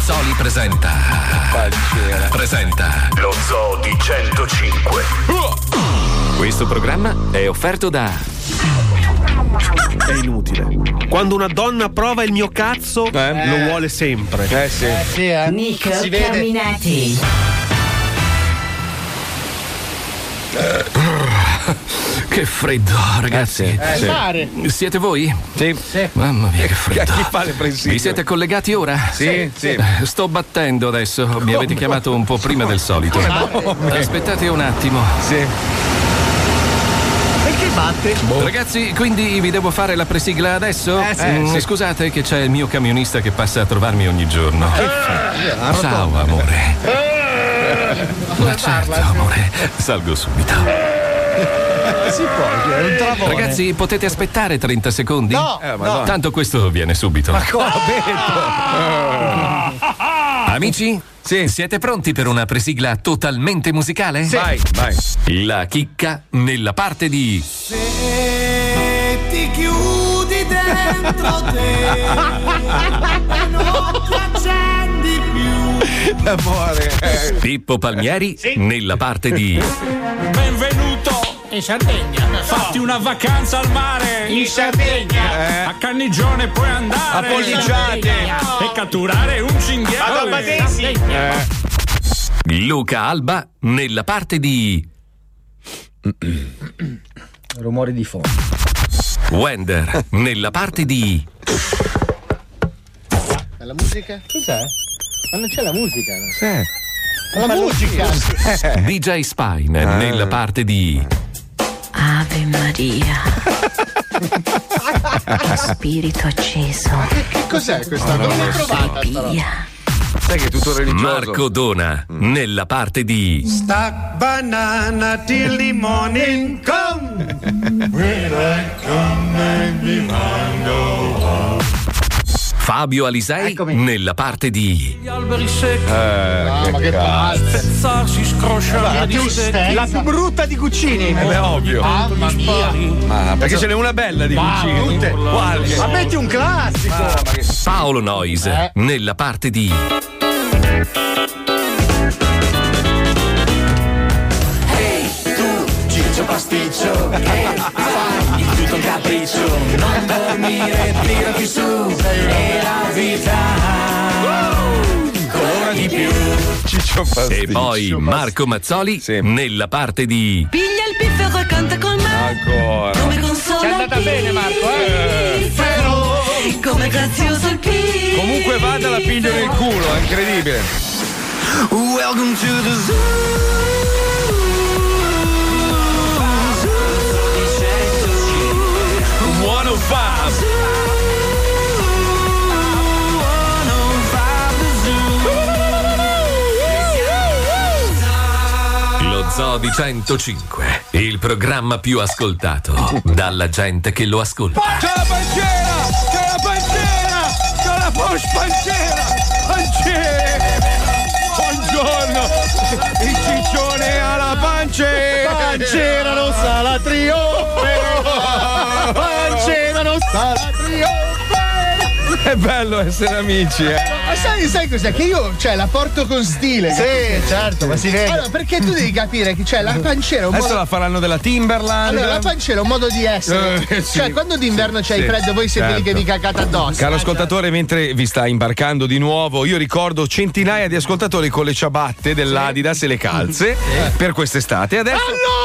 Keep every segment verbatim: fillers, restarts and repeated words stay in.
Mazzoli presenta. Pancera. Presenta lo Zoo di centocinque. Questo programma è offerto da. È inutile. Quando una donna prova il mio cazzo, eh. lo vuole sempre. Eh sì. Eh sì, eh. Nico si vede. Camminati. Che freddo, ragazzi. Eh, sì. Mare. Siete voi? Sì. Sì. Mamma mia, che freddo. Chi fa le prensili? Vi siete collegati ora? Sì, sì. Eh, Sto battendo adesso. Mi avete chiamato un po' prima del solito. Aspettate un attimo. Sì. Perché batte? Ragazzi, quindi vi devo fare la presigla adesso? Eh, sì, Mm, sì. Scusate che c'è il mio camionista che passa a trovarmi ogni giorno. Ciao, amore. Ma certo, amore. Salgo subito. Si può, è un travone. Ragazzi, potete aspettare trenta secondi? No, Eh, ma no. no. Tanto questo viene subito. Ma come Amici? Sì. Siete pronti per una presigla totalmente musicale? Vai, vai. La chicca nella parte di. Se ti chiudi dentro te non ti accendi più. Amore. Eh. Pippo Palmieri nella parte di. Benvenuto In Sardegna. Fatti una vacanza al mare. In Sardegna. Eh. A Cannigione puoi andare A Polliciate. e catturare un cinghiale. Eh. Luca Alba nella parte di. Rumori di fondo. Wender nella parte di. La musica? Cos'è? Ma non c'è la musica, no? Eh. La musica! D J Spine nella parte di. Ave Maria. Spirito acceso. Che cos'è questa? Non l'ho trovata sta roba. Via. Sai che è tutto religioso. Marco Dona nella parte di. Stack banana till the morning come. When I come and be mango. Fabio Alisei Eccomi. nella parte di. Gli alberi secchi, Eh, No, ma che cazzo. pazzo! spezzarsi, scrosciare di secchi. La più brutta di Cuccini. Eh beh, ovvio. Mamma mia. Ma perché ce n'è una bella di vicini? tutte. Quale? Ma metti un classico. Ah, ma che... Paolo Noise Eh. nella parte di. Ehi tu, ciccio pasticcio, che fai di tutto un capriccio. Non dormire, tirati su, è la vita. Colora di più. Ciccio pasticcio. E poi Marco Mazzoli Sì. nella parte di. Piglia il piffero e canta con me. Ancora. Come consola C'è andata il bene, Marco, eh? piffero. Come grazioso il piffero. Comunque vada la piglio nel culo, è incredibile. Welcome to the zoo. centocinque. Lo Zoo di centocinque, il programma più ascoltato dalla gente che lo ascolta. C'è la pancera! C'è la pancera! C'è la posh pancera! Pancera! Buongiorno! Il ciccione alla pancera! Pancera rossa la trionfero. Pancera rossa la trionfero. È bello essere amici, eh! Ma sai, sai cos'è? Che io, cioè, la porto con stile. Sì, certo, ma si vede. Allora, perché tu devi capire che, cioè, la pancera è un Adesso modo... la faranno della Timberland. Allora, la pancera è un modo di essere. Eh, sì. Cioè, quando d'inverno c'è il Sì, freddo, voi siete lì certo. che vi cacate addosso. Caro ascoltatore, mentre vi sta imbarcando di nuovo, io ricordo centinaia di ascoltatori con le ciabatte dell'Adidas e le calze per quest'estate. Adesso.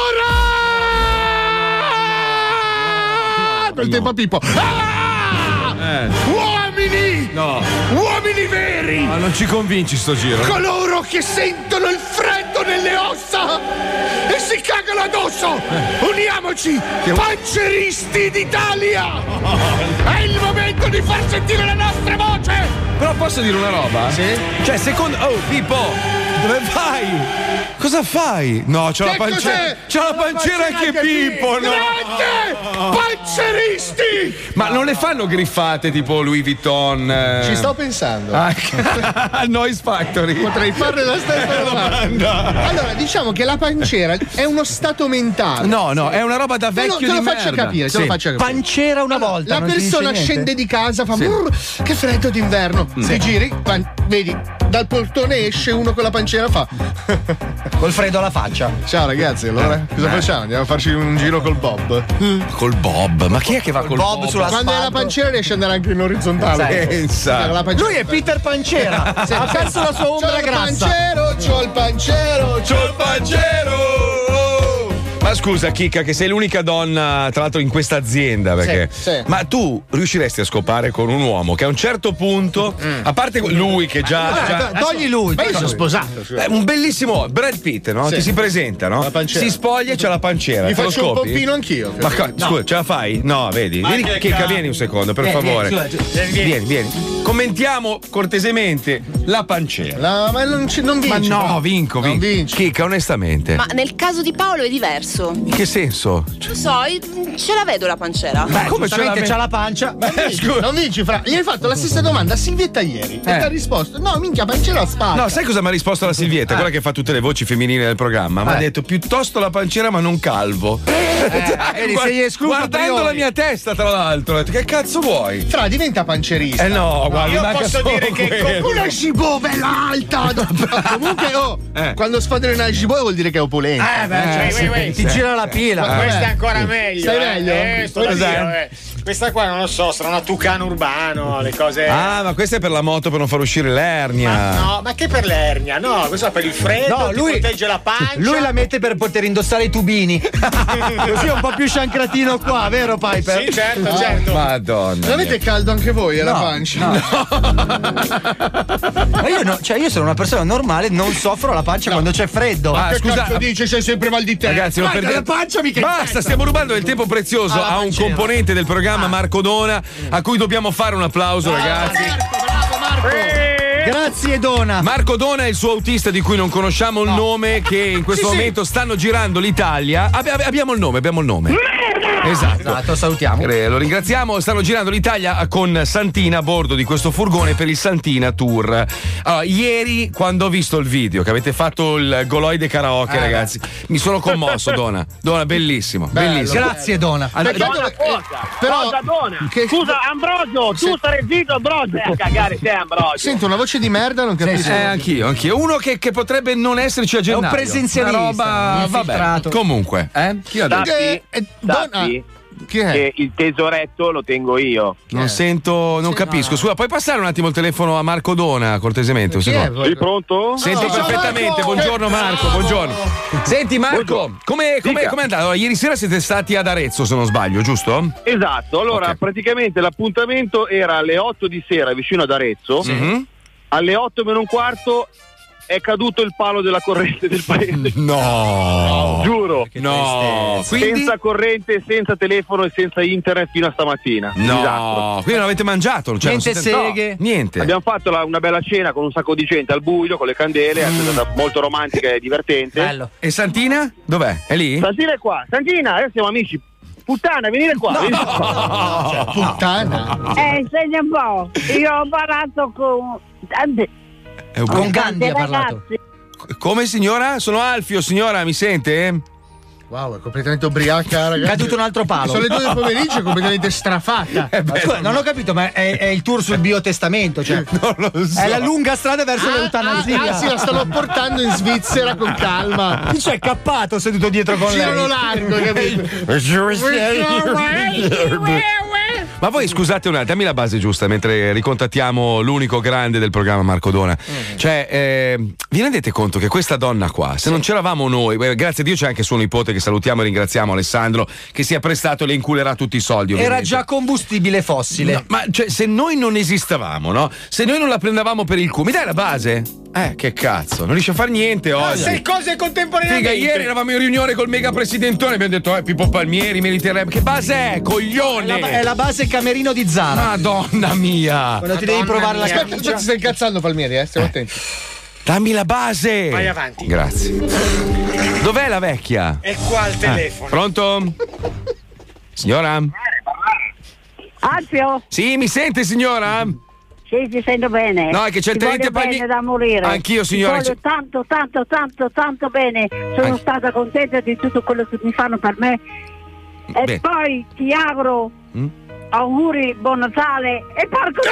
Allora! Quel tempo Pippo. Ah! Eh, Uomini! no, Uomini veri! ma non ci convinci sto giro. Coloro che sentono il freddo nelle ossa e si cagano addosso! Uniamoci! Panceristi d'Italia! È il momento di far sentire la nostra voce! Però posso dire una roba? Sì? Cioè, secondo. Oh, Pippo! Dove vai? Cosa fai? No, c'ha la pancera. C'ha la pancera anche Pippo, no? Grande! Panceristi! Ma non le fanno griffate tipo Louis Vuitton? Eh... Ci sto pensando. Ah, al Noise Factory. Potrei farne la stessa domanda. Allora, diciamo che la pancera è uno stato mentale. No, no, è una roba da vecchio te lo, te lo di faccio merda. capire, te Sì. lo faccio capire. Pancera una Allora, volta. la non ti persona dice scende niente? di casa, fa Sì. "Brr, che freddo d'inverno". Sì. Ti giri, pan- vedi, dal portone esce uno con la pancera, fa Col freddo alla faccia. ciao ragazzi, allora cosa facciamo? Andiamo a farci un giro col Bob. Col Bob, ma chi è che va col Bob Bob? sulla Quando hai la pancera riesce ad andare anche in orizzontale. Pensa. La pancera- Lui è Peter Pancera. Ha perso la sua C'ho ombra il grassa. pancero, c'ho il pancero, c'ho il pancero. Ma scusa, Chicca, che sei l'unica donna, tra l'altro, in questa azienda. Perché... Sì, sì. Ma tu riusciresti a scopare con un uomo che a un certo punto, a parte lui che già. già- Togli lui. Ma io sono sposato. Eh, un bellissimo Brad Pitt, no? Sì. Ti si presenta, no? La pancera. Si spoglia e c'ha la pancera. Mi Te lo faccio un scopi? pompino anch'io. Ma co- scusa, ce la fai? No, vedi. Vieni, che Chicca, cazzo. vieni un secondo, per favore. vieni, scusa, Vieni, vieni. Commentiamo cortesemente la pancera. No, ma non, ci- non Ma vinci. no, però. vinco, Non vinco. vinci. Chicca, onestamente. Ma nel caso di Paolo è diverso. In che senso? Non so, io- ce la vedo la pancera. Beh, come ce Giustamente la c'ha la pancia. Eh, scusa. Non vinci, Fra. Gli hai fatto la stessa domanda a Silvietta ieri. E ti ha risposto: no, minchia, pancera spara. No, sai cosa mi ha risposto la Silvietta? Quella che fa tutte le voci femminili del programma. Mi ha detto piuttosto la pancera, ma non calvo. vedi, Guard- sei escluso a guardando priori. la mia testa, tra l'altro. Ho detto, che cazzo vuoi? Fra, diventa pancerista. Eh no, guarda, io manca posso solo dire che quello. Una scibò bella alta. Comunque, oh, Eh. quando sfoderi una scibò vuol dire che è opulenta. Eh, beh, cioè, Sì, wait, wait, ti gira la pila. Ma- questa è Vabbè. ancora meglio. Stai eh. meglio? Eh, sto da Cos'è? Dio, eh. Questa qua non lo so, sarà una tucano urbano, le cose. Ah, ma questa è per la moto per non far uscire l'ernia. Ma no, ma che per l'ernia? No, questo è per il freddo, No, ti lui- protegge la pancia. Lui la mette per poter indossare i tubini. Così è un po' più sciancratino qua, vero Piper? Sì, certo, certo. Madonna. Non avete caldo anche voi alla No, pancia? Ma io, no, cioè io sono una persona normale, non soffro la pancia quando c'è freddo. Ah, Che scusa, cazzo dice? C'hai sempre mal di te. ragazzi, non Guarda, perdete- la pancia mica Basta, stiamo rubando del tempo prezioso Alla a un pancera. componente del programma, Marco Dona, a cui dobbiamo fare un applauso, ragazzi. Bravo Marco. Grazie Dona. Marco Dona è il suo autista di cui non conosciamo il nome, che in questo Sì, sì. momento stanno girando l'Italia. Abbi- abbi- abbiamo il nome, abbiamo il nome. Esatto. Esatto, salutiamo. Eh, Lo ringraziamo, stanno girando l'Italia con Santina a bordo di questo furgone per il Santina Tour. Allora, ieri quando ho visto il video che avete fatto il goloide karaoke, Eh, ragazzi, mi sono commosso, Dona. Dona, bellissimo, Bello. bellissimo. Grazie Dona. Perché Donna dove- cosa? però- Cosa donna? che- Scusa Ambrogio, tu Se- stai zitto Ambrogio. Stai a cagare te Ambrogio. Sento una voce di merda, non capisco. Eh, anch'io, anch'io. Uno che, che potrebbe non esserci a gennaio. presenzialista, Una roba, un vabbè. infiltrato. Comunque, eh? Chi ha detto? Sappi, Eh, eh, Donna- sappi Chi è? che il tesoretto lo tengo io. Non sento, non capisco. Scusa, puoi passare un attimo il telefono a Marco Dona, cortesemente? Un Chi è? secondo. Sei pronto? Sento Ciao, perfettamente, Marco! buongiorno Marco, buongiorno. Senti Marco, come è Dica. andato? Allora, ieri sera siete stati ad Arezzo, se non sbaglio, giusto? Esatto, allora Ok. praticamente l'appuntamento era alle otto di sera vicino ad Arezzo. Mhm. Alle otto meno un quarto è caduto il palo della corrente del paese. No. Giuro. No. Quindi? Senza corrente, senza telefono e senza internet fino a stamattina. Disastro. No. Quindi non avete mangiato? Cioè, Niente non siete- seghe. no, niente. Abbiamo fatto la- una bella cena con un sacco di gente al buio, con le candele, è stata molto romantica e divertente. Bello. E Santina? Dov'è? È lì? Santina è qua, Santina, adesso siamo amici. Puttana, venire qua. venire qua. Cioè, puttana. Eh, segna un po'. Io ho parlato con tante, È un po'- Con Gandhi ha tante parlato. ragazze. Come signora? Sono Alfio, signora, mi sente? Wow, è completamente ubriaca, ragazzi. Caduto un altro palo. Sono le due del pomeriggio, è completamente strafata. Eh Ma beh, scusa, non ho capito, ma è, è il tour sul biotestamento, cioè non lo so. è la lunga strada verso Ah, l'eutanasia. ah, sì, la stanno portando in Svizzera con calma. Chi c'è cappato seduto dietro con Girano lei? largo, capito? Ma voi scusate un attimo, dammi la base giusta mentre ricontattiamo l'unico grande del programma, Marco Dona. Cioè, eh, vi rendete conto che questa donna qua, se non c'eravamo noi, eh, grazie a Dio c'è anche suo nipote che salutiamo e ringraziamo, Alessandro, che si è prestato e le inculerà tutti i soldi. Era ovviamente. già combustibile fossile. No, ma cioè, se noi non esistevamo, no? Se noi non la prendevamo per il culo, mi dai la base? Eh, che cazzo, non riesce a fare niente oggi. Sei cose contemporaneamente. Figa, ieri eravamo in riunione col mega presidentone, abbiamo detto, eh, Pippo Palmieri meriterebbe. Che base è, coglione? È la, è la base camerino di Zara. Madonna mia! Quando ti devi provare la Aspetta, camicia. aspetta, ti stai incazzando Palmieri, eh? Stiamo attenti. Dammi la base. Vai avanti. Grazie. Dov'è la vecchia? È qua al telefono. Ah, pronto? Signora? Alfio? Sì, mi sente, signora? Sì, ti sento bene. No, è che c'è il Ti tenente voglio Palmi- bene da morire. Anch'io, signora. Ti voglio tanto, tanto, tanto, tanto bene. Sono An- stata contenta di tutto quello che mi fanno per me. E Beh. poi ti auguro Mm? auguri, buon Natale e porco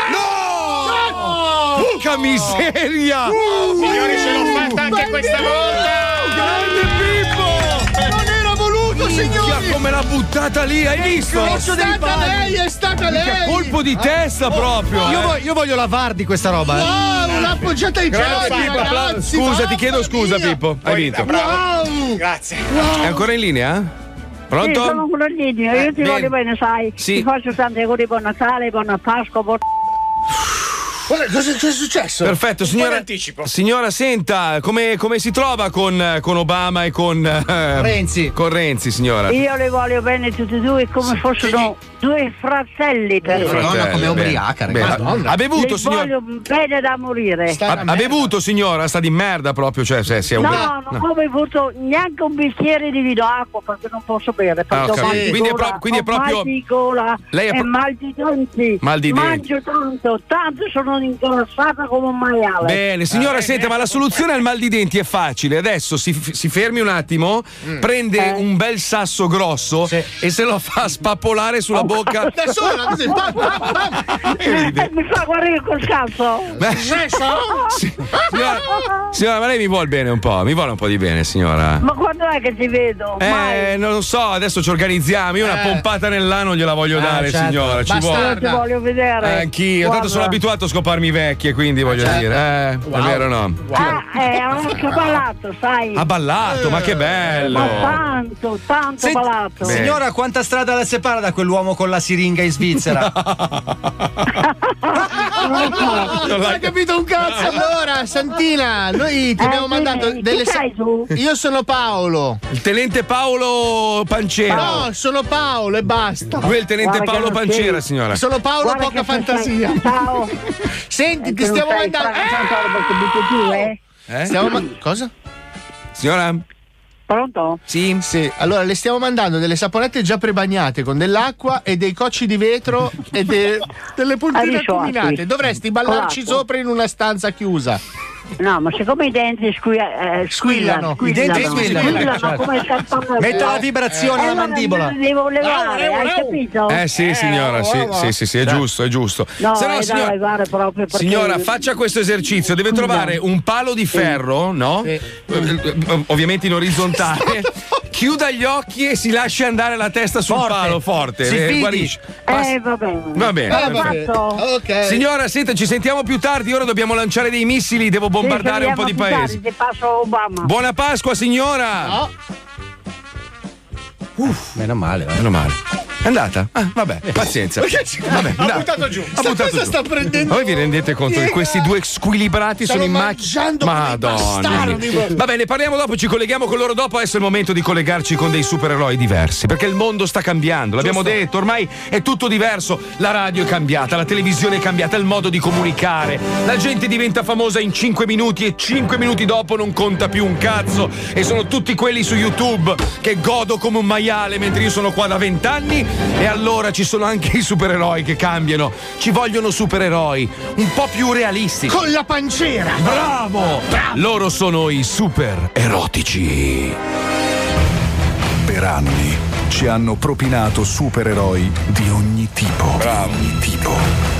No! Porca miseria! Signori, ce l'ho fatta anche questa volta! Grande Pippo! Non era voluto, signori! Minchia, come l'ha buttata lì, hai visto? È stata lei, è stata Minchia, lei! colpo di testa proprio! Io, eh. voglio, io voglio la V A R di questa roba. Eh. Wow, l'ha appoggiata ai Grazie, piedi, Pippo, ragazzi! scusa, ti chiedo mamma scusa, mia. Pippo. Hai vinto. Wow! Grazie. È ancora in linea? Pronto? Sì, sono quello lì, io Eh, ti bene. voglio bene, sai. Sì. Ti faccio tanti auguri, buon Natale, buona Pasqua, buon... Guarda, cosa, cosa è successo? Perfetto, signora. anticipo. Signora, senta, come, come si trova con, con Obama e con eh, Renzi. Con Renzi, signora. Io le voglio bene tutti e due come fossero due fratelli per me. Madonna, come ubriaca, Bene. ragazzi. Ha bevuto, Le signora? voglio bene da morire. Ha, ha bevuto, signora? Sta di merda proprio, cioè, se, se è un No, non ho bevuto neanche un bicchiere di vino d'acqua perché non posso bere. Perché Ah, ho ho mal capito. di Quindi è gola, pro- quindi è ho proprio- mal di gola Lei è e pro- mal di denti. Mal di denti. Mangio tanto, tanto sono ingrassata come un maiale. Bene, signora, Ah, senta, bene. ma la soluzione al mal di denti è facile. Adesso si, si fermi un attimo, Mm. prende Eh. un bel sasso grosso Sì. e se lo fa spappolare sulla bocca. Da sola, così, pam, pam, pam. Eh, mi fa guarire col cazzo. Beh, sì. signora, signora, ma lei mi vuole bene un po'? Mi vuole un po' di bene, signora? Ma quando è che ti vedo? Mai. Eh, non lo so, adesso ci organizziamo. Io una Eh. pompata nell'ano gliela voglio Eh, dare, certo. signora. Ci Basta. vuole. Io ti voglio vedere. Anch'io, tanto Guarda. sono abituato a scoparmi vecchie, quindi voglio certo. dire. Eh, è vero o no? Ah, eh, ho anche ballato, sai. Ha ballato, ma che bello! Ma tanto, tanto Senti, ballato. Beh. Signora, quanta strada la separa da quell'uomo con la siringa in Svizzera? Non Non hai capito un cazzo! Allora, Santina, noi ti Eh, abbiamo mandato dimmi, delle. chi sei tu? Io sono Paolo. Il tenente Paolo Pancera. No, sono Paolo e basta. Lui è il tenente Guarda che Paolo non Pancera, sei. signora. Sono Paolo, Guarda poca che sei- fantasia. Ciao. Senti, ti Tu non stiamo sei mandando. fracassato perché butti giù, eh? Eh? Stiamo ma- Cosa? Signora? Pronto? Sì. Sì, allora le stiamo mandando delle saponette già prebagnate con dell'acqua e dei cocci di vetro e de- delle puntine Adesso, accuminate. sì. Dovresti ballarci Colacco. sopra in una stanza chiusa. No, ma siccome i denti squi- eh, Squillano. squillano, I denti squillano, squillano certo. come il campanello. Metta la vibrazione alla Allora mandibola. me le devo levare, hai capito? Eh sì, signora, sì, sì, sì, sì, è giusto, è giusto. No, Se è da signora, levare proprio perché... signora, faccia questo esercizio, deve Scusa. trovare un palo di ferro, no? Eh, eh, Ovviamente in orizzontale. Chiuda gli occhi e si lascia andare la testa sul Forte. palo, forte. Si eh, fidi. guarisce. Eh, va bene. Va bene. L'ho va bene. fatto? Ok. Signora, senta, ci sentiamo più tardi. Ora dobbiamo lanciare dei missili, devo bombardare un po' di paesi. Ti passo Obama. Buona Pasqua, signora! No. Uff, Meno male, eh. meno male. È andata? Ah, vabbè, pazienza. Vabbè, Ha andata. buttato giù. Ha buttato cosa giù. sta prendendo? Voi vi rendete conto che questi due squilibrati Stanno sono in macchina? mangiando come Madonna. bastardi. mia. Va bene, parliamo dopo, ci colleghiamo con loro dopo. Adesso è il momento di collegarci con dei supereroi diversi. Perché il mondo sta cambiando, l'abbiamo detto, ormai è tutto diverso. La radio è cambiata, la televisione è cambiata, il modo di comunicare. La gente diventa famosa in cinque minuti e cinque minuti dopo non conta più un cazzo. E sono tutti quelli su YouTube che godo come un maiale mentre io sono qua da vent'anni. E allora ci sono anche i supereroi che cambiano. Ci vogliono supereroi un po' più realistici. Con la pancera. Bravo! Loro sono i super erotici. Per anni ci hanno propinato supereroi di ogni tipo. Di ogni tipo.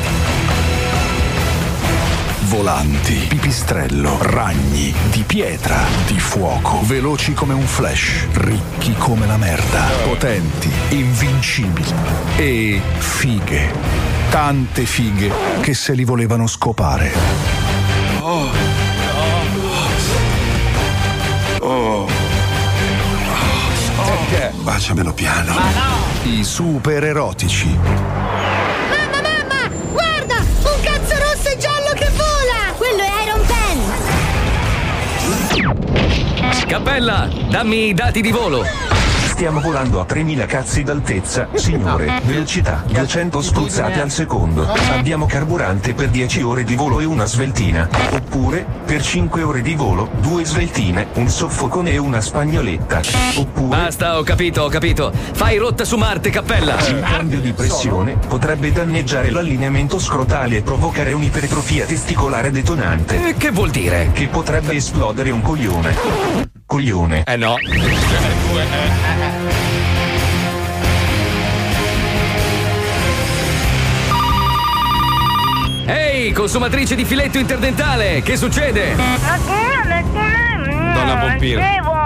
Volanti, pipistrello, ragni, di pietra, di fuoco, veloci come un flash, ricchi come la merda, potenti, invincibili e fighe. Tante fighe che se li volevano scopare. Oh. Oh. Baciamelo piano. I super erotici. Mamma, mamma, guarda! Un cazzo rosso e giallo che vola! Quello è Iron Pen! Cappella, dammi i dati di volo. Stiamo volando a tremila cazzi d'altezza, signore. Velocità duecento spruzzate al secondo. Abbiamo carburante per dieci ore di volo e una sveltina. Oppure, per cinque ore di volo, due sveltine, un soffocone e una spagnoletta. Oppure... Basta, ho capito, ho capito. Fai rotta su Marte, Cappella. Il cambio di pressione potrebbe danneggiare l'allineamento scrotale e provocare un'ipertrofia testicolare detonante. Eh, che vuol dire? Che potrebbe esplodere un coglione. Coglione. Eh no. Ehi, consumatrice di filetto interdentale, che succede? Donna Pompino.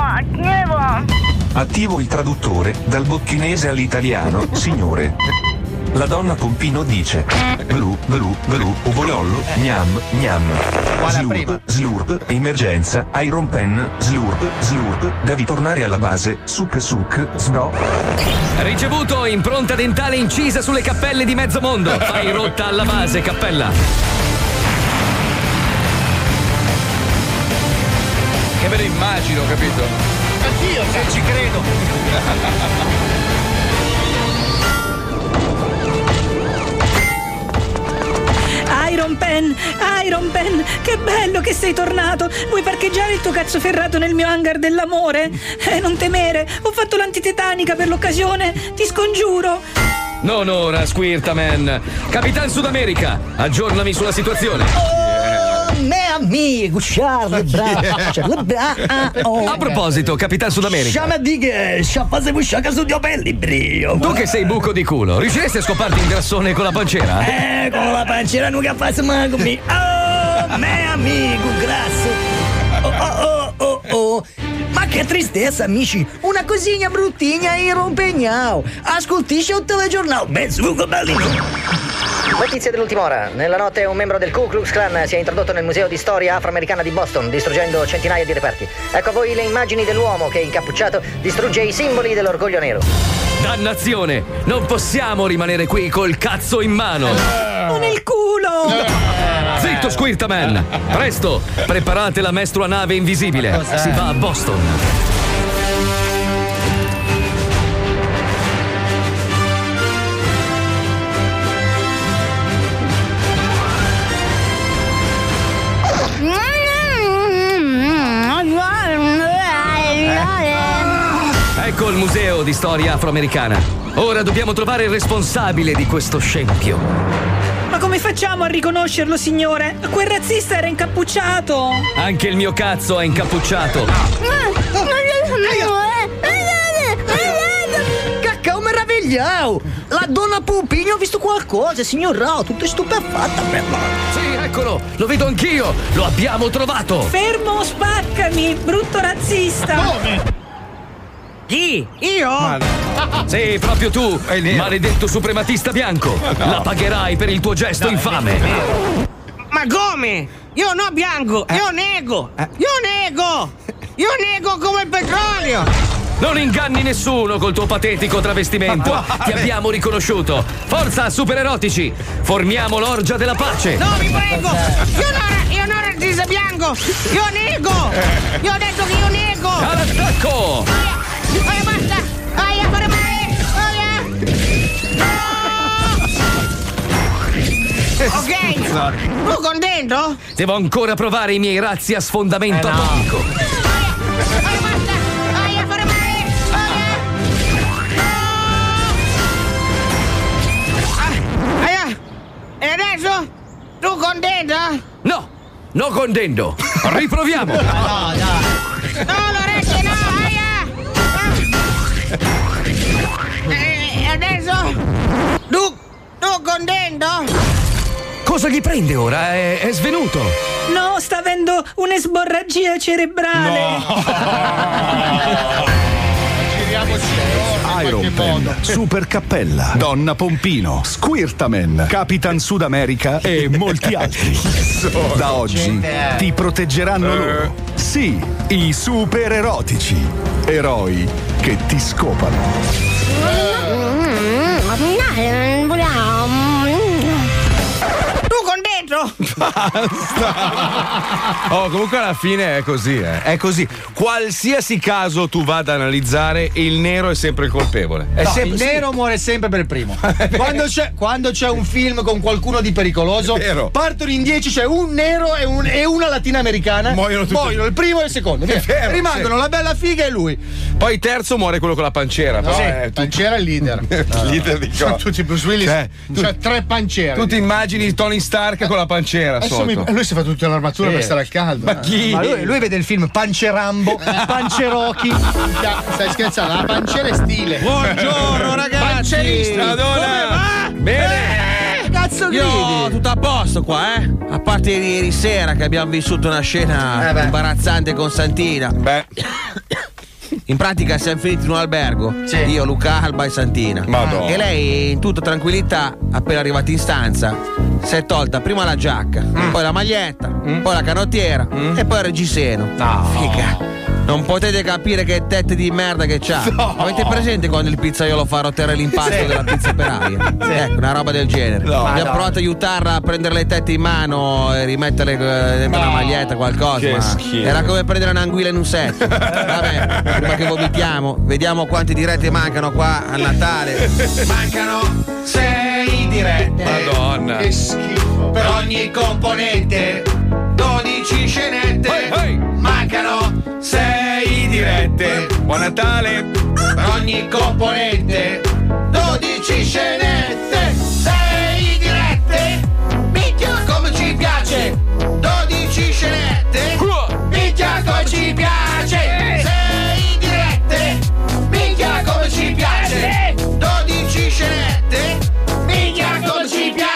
Attivo il traduttore dal bocchinese all'italiano, signore. La donna Pompino dice blu, blu, blu, uvolollo, gnam, gnam. Slurp, slurp, emergenza, Iron Pen, slurp, slurp, devi tornare alla base, suc, suc, sbro. Ricevuto, impronta dentale incisa sulle cappelle di mezzo mondo. Fai rotta alla base, Cappella. Che me lo immagino, capito? Anch'io, se ci credo. Iron Pen, Iron Pen, che bello che sei tornato. Vuoi parcheggiare il tuo cazzo ferrato nel mio hangar dell'amore? Eh, non temere, ho fatto l'antitetanica per l'occasione, ti scongiuro. Non ora, Squirtaman. Capitan Sudamerica, aggiornami sulla situazione. Oh, mio amico, Charlie Brown. Charlie Brown. Oh. A proposito, Capitan Sudamerica. Sciama di che, sciappa se busciaca su dio belli brio. Tu che sei buco di culo, riusciresti a scoparti un grassone con la pancera? Eh, con la pancera non che fai mai con me. Oh, mio amico, grazie. Oh, oh, oh, oh, oh. Ma che tristezza, amici! Una cosigna bruttina e rompegnao! Ascoltisci un telegiornale, ben sugo bellino! Notizie dell'ultima ora. Nella notte un membro del Ku Klux Klan si è introdotto nel Museo di Storia Afroamericana di Boston, distruggendo centinaia di reperti. Ecco a voi le immagini dell'uomo che, incappucciato, distrugge i simboli dell'orgoglio nero. Dannazione! Non possiamo rimanere qui col cazzo in mano! O nel culo! Zitto, Squirtaman! Presto! Preparate la mestrua nave invisibile! Si va a Boston! Ecco il museo di storia afroamericana. Ora dobbiamo trovare il responsabile di questo scempio. Ma come facciamo a riconoscerlo, signore? Quel razzista era incappucciato. Anche il mio cazzo è incappucciato. Cacao meravigliao! La donna Pompino ha visto qualcosa, signor Rao, tutto stupefatta per me. Sì, eccolo, lo vedo anch'io. Lo abbiamo trovato. Fermo, spaccami, brutto razzista. Come? Chi? Io? Ma... Sì, proprio tu, maledetto suprematista bianco. La pagherai per il tuo gesto infame. Ma come? Io no bianco, io nego, io nego, io nego come il petrolio. Non inganni nessuno col tuo patetico travestimento. Ti abbiamo riconosciuto. Forza, supererotici, formiamo l'orgia della pace. No, vi prego, io non, io non razzista bianco, io nego, io ho detto che io nego. All'attacco! Aia, basta! Aia, fare male! Aia! Ok! Tu contento? Devo ancora provare i miei razzi a sfondamento Eh no. atomico. Aia, basta! Aia, fare male! Aia! Aia! E adesso? Tu contenta? No! No contento! Riproviamo! No, no! No, Lorenzo, no! Aia! E adesso? Tu, tu contento? Cosa gli prende ora? È, è svenuto. No, sta avendo un'esborragia cerebrale. Iron Pen, Super Cappella, Donna Pompino, Squirtaman, Capitan Sudamerica e molti altri. Da oggi ti proteggeranno loro. Sì, i super erotici. Eroi che ti scopano. Tu contento? Oh, comunque alla fine è così, eh. È così. Qualsiasi caso tu vada ad analizzare, il nero è sempre il colpevole. È No, sempre, il sì. nero muore sempre per primo. Quando c'è, quando c'è un film con qualcuno di pericoloso, partono in dieci, c'è un nero e, un- e una latinoamericana. Muoiono tutti. Muoiono il primo e il secondo. via. È vero, Rimangono sì. la bella figa e lui. Poi terzo muore quello con la panciera. No, però sì, è tu- panciera è il leader. il leader di Sono cosa? tutti Bruce Willis. Cioè, C'è tre panciere. Tu ti immagini Tony Stark con la panciera Adesso sotto. mi- lui si fa tutta l'armatura Sì. per stare al caldo. Ma chi? Ma lui, lui vede il film Pancerambo, Pancerochi. Stai scherzando? La panciera è stile. Buongiorno ragazzi. Panceristi. Madonna. Bene. Cazzo Io gridi? tutto a posto qua, eh? A parte di ieri sera che abbiamo vissuto una scena Eh beh. imbarazzante con Santina. Beh. In pratica siamo finiti in un albergo, Sì. io, Luca Alba e Santina. Madonna. E lei, in tutta tranquillità, appena arrivati in stanza, si è tolta prima la giacca, poi la maglietta, poi la canottiera e poi il reggiseno. No. Figa. Non potete capire che tette di merda che c'ha. No. Avete presente quando il pizzaiolo fa rotare l'impasto Sì. della pizza per aria? Sì. Ecco, una roba del genere. No. Abbiamo Madonna. provato a aiutarla a prendere le tette in mano e rimetterle eh, dentro No. una maglietta, qualcosa. Che ma schifo. era come prendere un'anguilla in un set. Vabbè, prima che vomitiamo, vediamo quante dirette mancano qua al Natale. Mancano sei dirette. Madonna. Che schifo. Per ogni componente, dodici scenette. Hey, hey. Mancano sei dirette. Buon Natale. Per ogni componente, dodici scenette. sei dirette. Minchia come ci piace. dodici scenette. Minchia come ci piace. sei dirette. Minchia come ci piace. dodici scenette. Minchia come ci piace.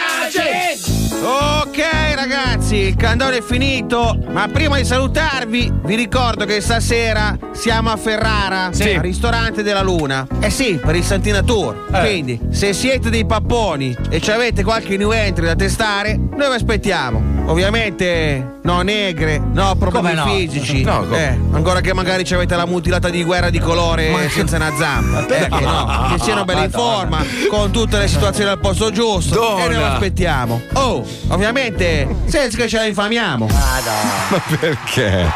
Ok ragazzi, il candore è finito, ma prima di salutarvi vi ricordo che stasera siamo a Ferrara, Sì. al ristorante della Luna. Eh sì, per il Santina Tour. Eh. Quindi, se siete dei papponi e ci avete qualche new entry da testare, noi vi aspettiamo. Ovviamente no negre, no problemi Come no? fisici. No, come? eh, ancora che magari ci avete la mutilata di guerra di colore senza una zampa. perché Eh, no? Che siano belle in Madonna. forma, con tutte le situazioni al posto giusto. Donna. E noi lo aspettiamo. Oh, ovviamente, senza che ce la infamiamo. Ma perché?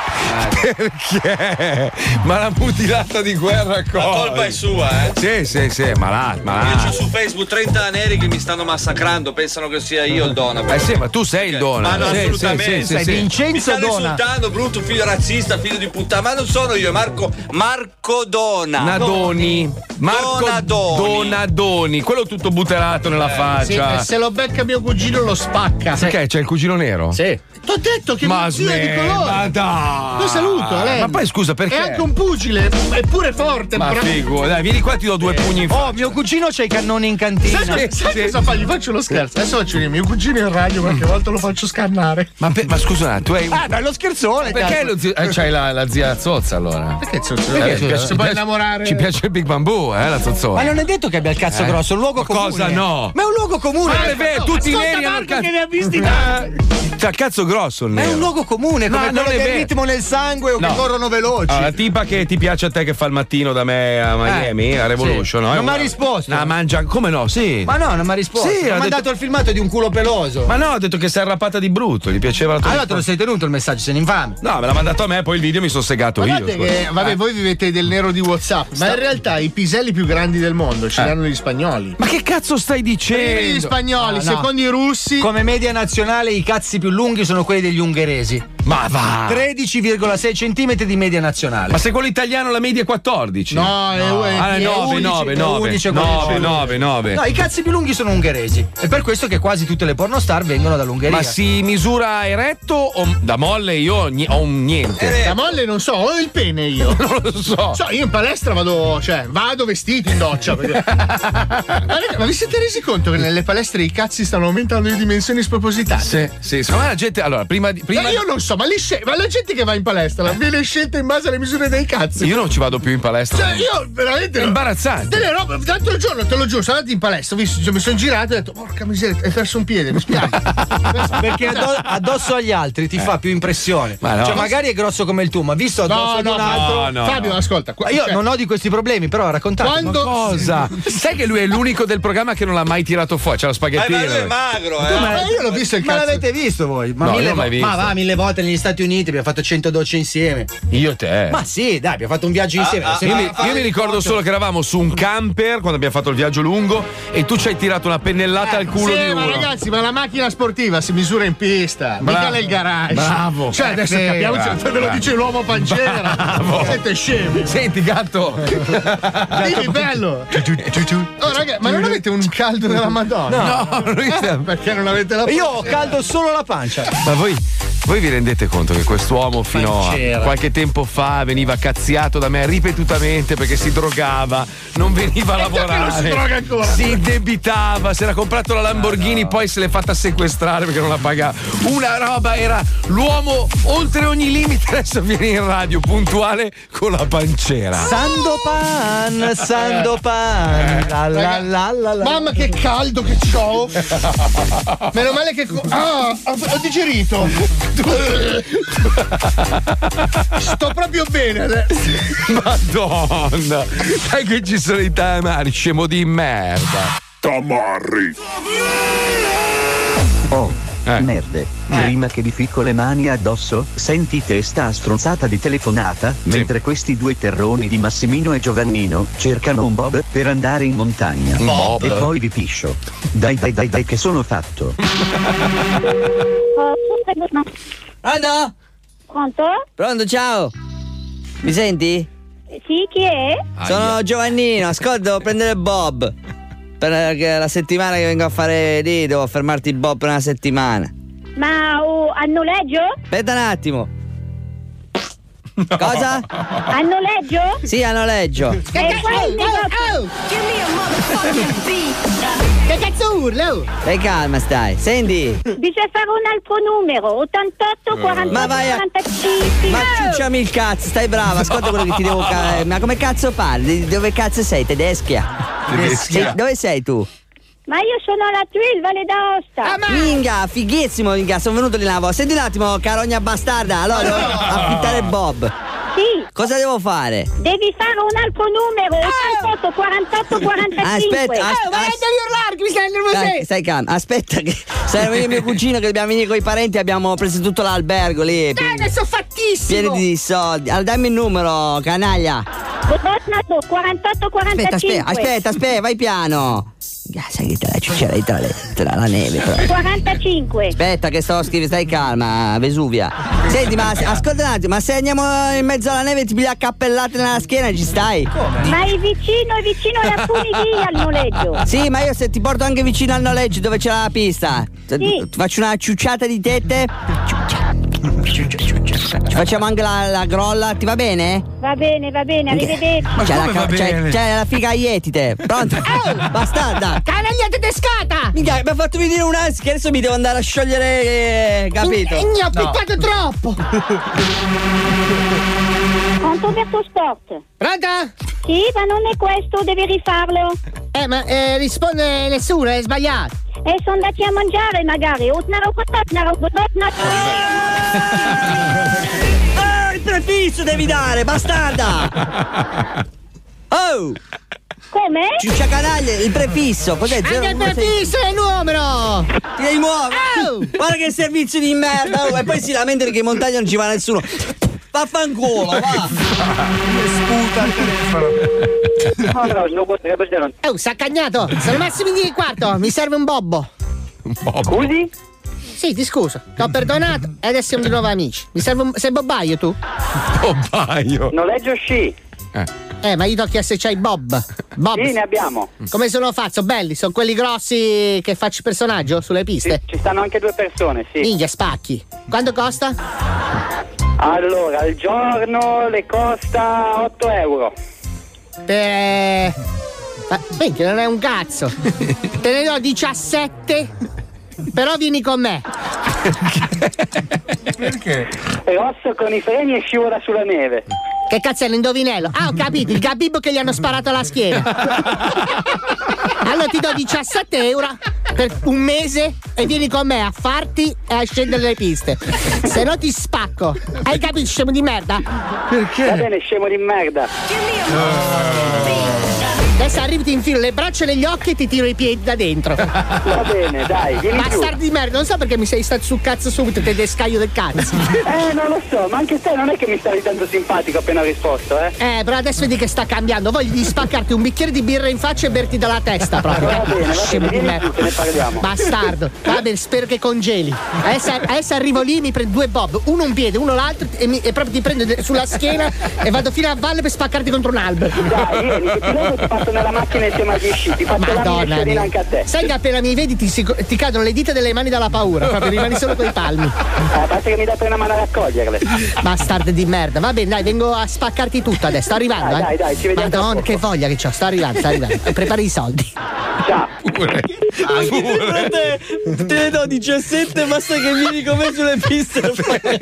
Perché? Ma la mutilata di guerra cosa? La colpa è sua, eh. Sì, sì, sì, malato, Io malato. ho su Facebook trenta neri che mi stanno massacrando, pensano che sia io il Dona. Eh sì, ma tu sei il Dona. Ma no, Sì, assolutamente. sì, sì, sì, sì. Mi Vincenzo stanno Dona. insultando, brutto figlio razzista, figlio di puttana. Ma non sono io, Marco Marco Dona. Nadoni. Marco Donadoni. Donadoni. Quello tutto butterato nella Sì, faccia. e se lo becca mio cugino lo spacca. Perché c'è il cugino nero? Sì. T'ho detto che Ma mio zio è di smetti, colore. ma dai. Lo saluto, a lei. Ma poi scusa, perché? È anche un pugile, è pure forte. Ma però- figo, dai, vieni qua, ti do due pugni in faccia. Oh, mio cugino c'ha i cannoni in cantina. Sai, sai cosa fa? Gli faccio lo scherzo. Adesso faccio io. Mio cugino in radio qualche volta lo faccio scannare. Ma, per- ma scusa, tu hai. Ah, dai, lo scherzone. Perché cazzo. lo zio- eh, c'hai la, la zia Zozza allora? Perché zozzo? Perché Eh, ci piace- si può innamorare. Ci piace il Big Bamboo, eh, la Zozzona. Ma non è detto che abbia il cazzo Eh? grosso, è un luogo Ma comune. cosa no? Ma è un luogo comune. Ma è vero, tutti i neri hanno il cazzo. che ne ha visti tanti. C'ha il cazzo grosso il Ma è nero. un luogo comune, No, come non quello è del vero. ritmo nel sangue o No. che corrono veloci. Ah, la tipa che ti piace a te che fa il mattino da me a Miami, a Revolution, sì. no? È Non una- m'ha risposto. No, mangia. Come no? Sì. Ma no, non mi ha risposto. Sì, mi ha ha mandato detto- il filmato di un culo peloso. Ma no, ha detto che sei arrapata di brutto, gli piaceva la tua. Allora te lo sei tenuto il messaggio, sei un infame. No, me l'ha mandato a me, poi il video mi sono segato io. Guardate scusa. che, vabbè, voi vivete del nero di WhatsApp, ma in realtà i piselli più grandi del mondo ce Eh. li hanno gli spagnoli. Ma che cazzo stai dicendo? Prima gli spagnoli, No, no. secondo i russi. Come media nazionale i cazzi più lunghi sono quelli degli ungheresi. Ma va! tredici virgola sei centimetri di media nazionale. Ma se quello italiano la media è quattordici. No, è- è- Ah, è nove, undici, nove, è nove, undici, nove, quindici. nove, nove. No, i cazzi più lunghi sono ungheresi. È per questo che quasi tutte le pornostar vengono dall'Ungheria. Ma si misura eretto o da molle? Io ho ni- ho un niente. Da molle non so, ho il pene io. Non lo so. So, io in palestra vado, cioè, vado vestito in doccia. Perché... ma, ma vi siete resi conto che nelle palestre i cazzi stanno aumentando di dimensioni spropositate? Sì, sì, secondo me la gente. allora, prima di. Prima Ma io non so, ma, li scel- ma la gente che va in palestra viene scelta in base alle misure dei cazzi. Io non ci vado più in palestra. Cioè, io veramente. È imbarazzante. Delle robe, l'altro giorno, te lo giuro, sono andato in palestra, ho visto, cioè, mi sono girato e ho detto, porca miseria, hai perso un piede, mi spiace. Perché addo- addosso agli altri ti Eh. fa più impressione. Ma no. Cioè, magari è grosso come il tuo, ma visto addosso No, ad no, un altro. no, no, Fabio, no. ascolta. Ma io cioè, non ho di questi problemi, però raccontate. Quando- Ma cosa? Sai che lui è l'unico del programma che non l'ha mai tirato fuori? C'è la spaghettina. Ma lui è magro, tu, eh. ma io l'ho visto il Ma cazzo. l'avete visto voi? Ma, No, mille io non l'ho vo- mai visto. ma va, mille volte negli Stati Uniti abbiamo fatto cento docce insieme. Io te. Ma sì, dai, abbiamo fatto un viaggio insieme. ah, Io, Sempre- mi, io mi ricordo solo che eravamo su un camper quando abbiamo fatto il viaggio lungo e tu ci hai tirato una pennellata al culo Sì, di ma uno. ragazzi, ma la macchina sportiva si misura in pista, mica Bravo. nel garage. Bravo. Cioè, adesso Sì, capiamo, bravo, cioè, ve lo bravo. dice l'uomo pancera. Bravo. Siete scemi. Senti, gatto. Dimmi, bello. Oh, raga, ma non avete un caldo della Madonna? No, non Eh, perché non avete la Io ho caldo solo la pancia. Ma voi, voi vi rendete conto che quest'uomo fino Pancera. a qualche tempo fa veniva cazziato da me ripetutamente perché si drogava, non veniva a E perché lavorare, non si droga ancora? si indebitava, si era comprato la Lamborghini, poi se l'è fatta sequestrare perché non la pagava. Una roba, era l'uomo oltre ogni limite. Adesso viene in radio puntuale con la pancera. Sandopan, Sandopan. La la la la la. Mamma che caldo che c'ho. Meno male che co- ah, ho, ho digerito. Sto proprio bene adesso. Madonna, sai che ci sono i tamari, scemo di merda. Tamarri. Oh, Eh. merde. Prima che vi ficco le mani addosso, sentite sta stronzata di telefonata, mentre questi due terroni di Massimino e Giovannino cercano un bob per andare in montagna. Un bob? E poi vi piscio. Dai dai dai dai che sono fatto. Pronto? Pronto? Pronto, ciao. Mi senti? Sì, chi è? Sono Giovannino, ascolta, devo prendere Bob. Perché la settimana che vengo a fare lì devo fermarti il Bob per una settimana. Ma uh, a noleggio? Aspetta un attimo. Cosa? A noleggio? Sì, a noleggio. Che cazzo? Che cazzo urla? oh? Stai calma, stai. Senti. Bisogna fare un altro numero, ottantotto quarantotto Ma vai a- quarantacinque. Ma ciucciami il cazzo, stai brava, ascolta quello che ti devo ca- Ma come cazzo parli? Dove cazzo sei? Tedeschia? Tedeschia. Sei- Dove sei tu? Ma io sono alla Tuil, Valle d'Aosta. Minga, fighissimo, minga, sono venuto di nuovo. Senti un attimo, carogna bastarda, allora devo affittare Bob. Sì. Cosa devo fare? Devi fare un altro numero, ottantotto quarantotto quarantacinque. Aspetta, as- Oh, ma as- devi urlare che mi stai Stai, nervosendo. stai calmo, aspetta che saremo io e mio cugino che dobbiamo venire con i parenti, abbiamo preso tutto l'albergo lì. Dai, ne so fattissimo. Pieni di soldi. Allora dammi il numero, canaglia. quarantotto Aspetta, quarantacinque. aspetta, aspetta, aspetta, vai piano. Ah, sai che te la ciuccerei tra, le, tra la neve. Tra... quarantacinque. Aspetta che sto scrivendo, stai calma, Vesuvia. Senti, ma ascolta un attimo, ma se andiamo in mezzo alla neve e ti piglia cappellate nella schiena, ci stai? Ma è vicino, è vicino alla funivia al noleggio. Sì, ma io se ti porto anche vicino al noleggio dove c'è la pista, Sì. ti faccio una ciucciata di tette. Ci facciamo anche la, la grolla, ti va bene? Va bene, va bene, arrivederci. C'è la, ca- c'è, c'è la figa Ietite. Pronto? Bastarda! Canaglia tedescata. Minchia, mi ha fatto venire un ansia, adesso mi devo andare a sciogliere, eh, capito? Mi, mi ho No. piccato troppo. Pronto Verso Sport? Pronta? Sì, ma non è questo, devi rifarlo. Eh, ma eh, risponde nessuno, è sbagliato. E sono andati a mangiare magari. Oh, il prefisso devi dare, bastarda! Oh! Come? Ciuccia canaglia, il prefisso, cos'è? Anche Zero- il prefisso è il numero. Ti devi muovere! Oh! Guarda che servizio di merda! oh, E poi si lamentano che in montagna non ci va nessuno. Vaffanculo, va! Sputa il telefono. Oh, s'accagnato. Sono Massimo di quarto. Mi serve un bobbo. Scusi? Sì, ti scuso. T'ho perdonato e adesso siamo di nuovo amici. Mi serve un. Sei bobbaio tu? Bobbaio. Noleggio sci. Eh, ma io ti ho chiesto se c'hai Bob. Bob. Sì, ne abbiamo. Come sono faccio? Belli? Sono quelli grossi che faccio personaggio sulle piste? Ci stanno anche due persone, sì. Minchia, spacchi. Quanto costa? Allora, al giorno le costa otto euro. Per. Ma minchia, non è un cazzo. Te ne do diciassette. Però vieni con me. Perché? Rosso con i freni e scivola sulla neve. Che cazzo è l'indovinello? Ah, ho capito, il gabibbo che gli hanno sparato alla schiena. Allora ti do diciassette euro per un mese e vieni con me a farti e a scendere le piste. Se no ti spacco. Hai capito, scemo di merda? Perché? Va bene, scemo di merda. Adesso arrivi, ti infilo le braccia negli occhi e ti tiro i piedi da dentro. Va bene, dai, vieni giù. Bastardo di merda, non so perché mi sei stato sul cazzo subito, te descaglio del cazzo. Eh, non lo so, ma anche te non è che mi stavi tanto simpatico appena ho risposto, eh? Eh, però adesso vedi che sta cambiando. Voglio di spaccarti un bicchiere di birra in faccia e berti dalla testa proprio. Va bene, va Scemo bene, di vieni giù, merda. che ne parliamo. Bastardo. Va bene, spero che congeli. Adesso, adesso arrivo lì, mi prendo due bob, uno un piede, uno l'altro, e, mi, e proprio ti prendo sulla schiena e vado fino a valle per spaccarti contro un albero. Dai, vieni, che ti levo e ti passo nella macchina insieme agli sci, ti faccio la mia scerina anche a te. Sai che appena mi vedi ti, si- ti cadono le dita delle mani dalla paura, proprio rimani solo coi palmi. Ah, basta che mi date una mano a raccoglierle. Bastardo di merda. Va bene, dai, vengo a spaccarti tutto adesso. Sto arrivando, Dai, eh. dai, dai, ci vediamo tra Madonna, poco. che voglia che c'ho. Sto arrivando, sto arrivando. Prepari i soldi. Ciao. Pure. Pure te, te ne do diciassette, basta che vieni con me sulle piste. Perché?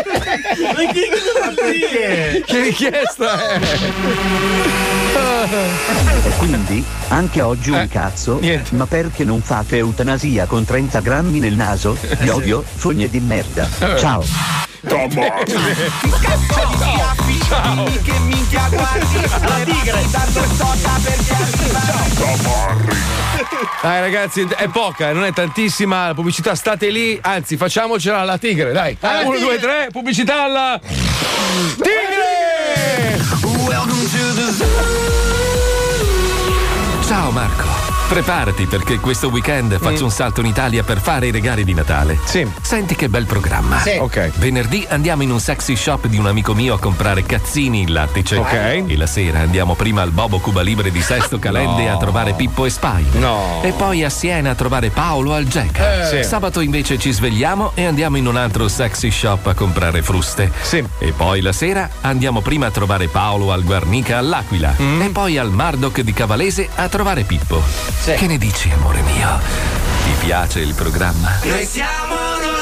Che richiesta è? E quindi, anche oggi un cazzo, ma perché non fate eutanasia con trenta grammi nel naso? Vi odio, fogne di merda. Ciao. Ciao. Che minchia guardi la tigre tanto stotta perché Dai ragazzi, è poca, non è tantissima la pubblicità, state lì, anzi facciamocela alla tigre, dai. Alla Uno, tigre. due, tre, pubblicità alla tigre! Ciao Marco. Preparati perché questo weekend faccio un salto in Italia per fare i regali di Natale. Sì. Senti che bel programma. Sì. Ok. Venerdì andiamo in un sexy shop di un amico mio a comprare cazzini in lattice. Ok. E la sera andiamo prima al Bobo Cuba Libre di Sesto Calende No. a trovare Pippo e Spine. No. E poi a Siena a trovare Paolo al Jack. Eh. Sì. Sabato invece ci svegliamo e andiamo in un altro sexy shop a comprare fruste. Sì. E poi la sera andiamo prima a trovare Paolo al Guarnica all'Aquila. Mm. E poi al Mardoc di Cavalese a trovare Pippo. Sì. Che ne dici, amore mio? Ti piace il programma? noi siamo lo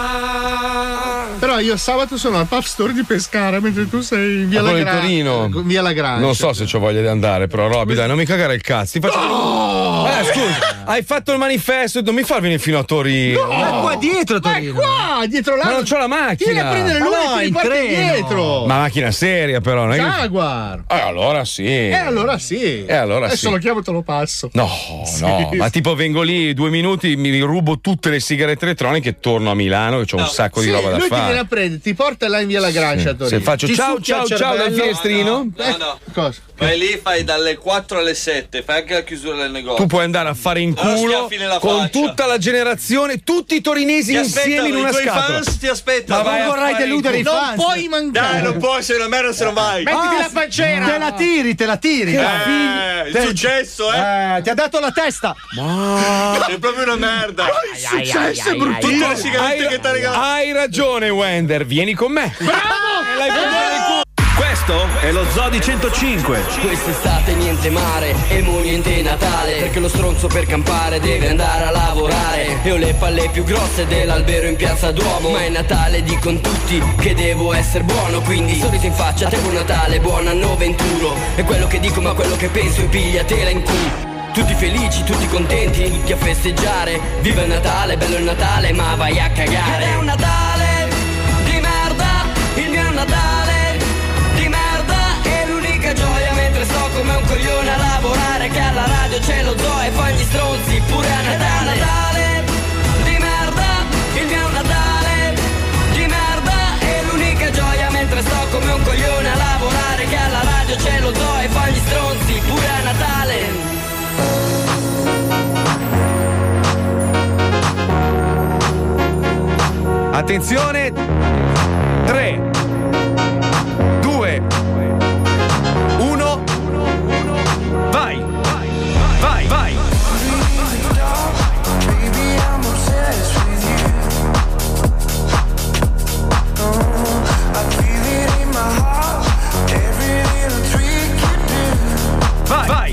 zoo. Però io sabato sono al Pub Store di Pescara mentre tu sei in via Ma La quello di Gra- Torino. Via La Grancia. Non so se c'ho voglia di andare, però Robby, dai, non mi cagare il cazzo. Ti faccio. No! Eh, scusa, hai fatto il manifesto, non mi far venire fino a Torino. No! Ma qua dietro, Torino. Ma qua, dietro là. Ma non c'ho la macchina. Vieni a prendere Ma lui no, e ti il riporti treno. dietro. Ma macchina seria, però. Non è che... Jaguar. Eh, allora sì. E allora sì. E allora Adesso sì. lo chiamo e te lo passo. No, Sì. no, ma tipo vengo lì due minuti, mi rubo tutte le sigarette elettroniche e torno a Milano che ho un sacco di Sì, roba da lui ti viene fare. a prendere, ti porta là in via La Grancia a Torino. Se faccio Ti ciao, succhia ciao, il ciao dal cervello. finestrino. No, no. Cosa? Vai lì, fai dalle quattro alle sette, fai anche la chiusura del negozio. Tu puoi andare a fare in Allora culo schiaffi nella con faccia. tutta la generazione, tutti i torinesi Ti insieme aspettano, in una i tuoi scatola. fans ti aspettano. Ma vai a vorrai fare deludere in i culo. fans. Non puoi mancare. Dai, non puoi, sei una merda se non vai. Mettiti Ah, la pancera. Te la tiri, te la tiri. Eh, Dai. il Te- successo, eh. Eh, ti ha dato la testa. Sei proprio una merda. Il successo è bruttissimo. Tutte le sigarette Hai, che ti ha regalato. hai ragione, Wender, vieni con me. Bravo! E l'hai presa nel culo. Questo è lo Zoo di centocinque. Quest'estate niente mare e mo niente Natale, perché lo stronzo per campare deve andare a lavorare. E ho le palle più grosse dell'albero in piazza Duomo, ma è Natale dicon tutti che devo essere buono. Quindi sorriso in faccia, te buon Natale, buon anno venturo. E quello che dico ma quello che penso e pigliatela in culo. Tutti felici, tutti contenti, tutti a festeggiare. Viva il Natale, bello il Natale, ma vai a cagare. Ed è un Natale di merda, il mio Natale di merda. È l'unica gioia mentre sto come un coglione a lavorare, che alla radio c'è lo zoo e fa gli stronzi pure a Natale. Ed è un Natale di merda, il mio Natale di merda. È l'unica gioia mentre sto come un coglione a lavorare, che alla radio c'è lo zoo e fa gli stronzi pure a Natale. Attenzione, tre, due, uno, vai, vai, vai. Vai, vai.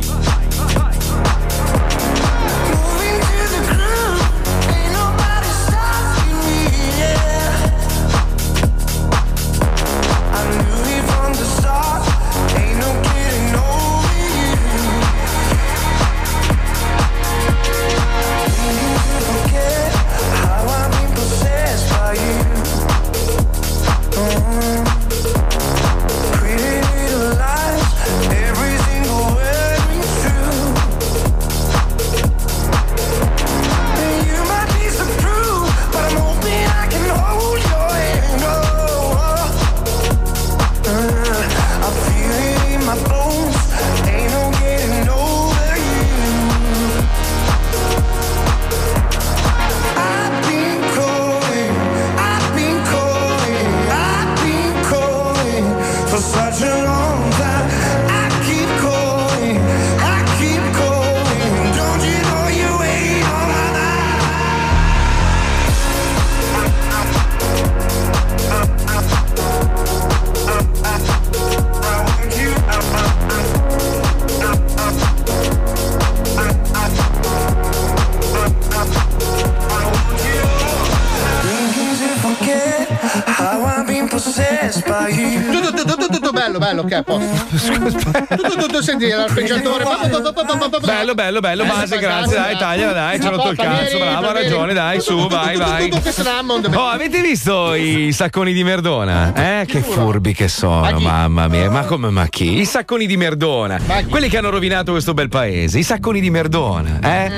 Tutto, tutto, tutto, tutto bello, bello, ok, a posto. Tutto, tutto, senti l'arpeggiatore. Bello, bello, bello, base, grazie, dai, tagliala, dai, ci ho rotto il cazzo, bravo, ha ragione, dai, su, vai, vai. Oh, avete visto i sacconi di Merdona? Eh, che furbi che sono, mamma mia, ma come, ma chi? I sacconi di Merdona, quelli che hanno rovinato questo bel paese, i sacconi di Merdona, eh?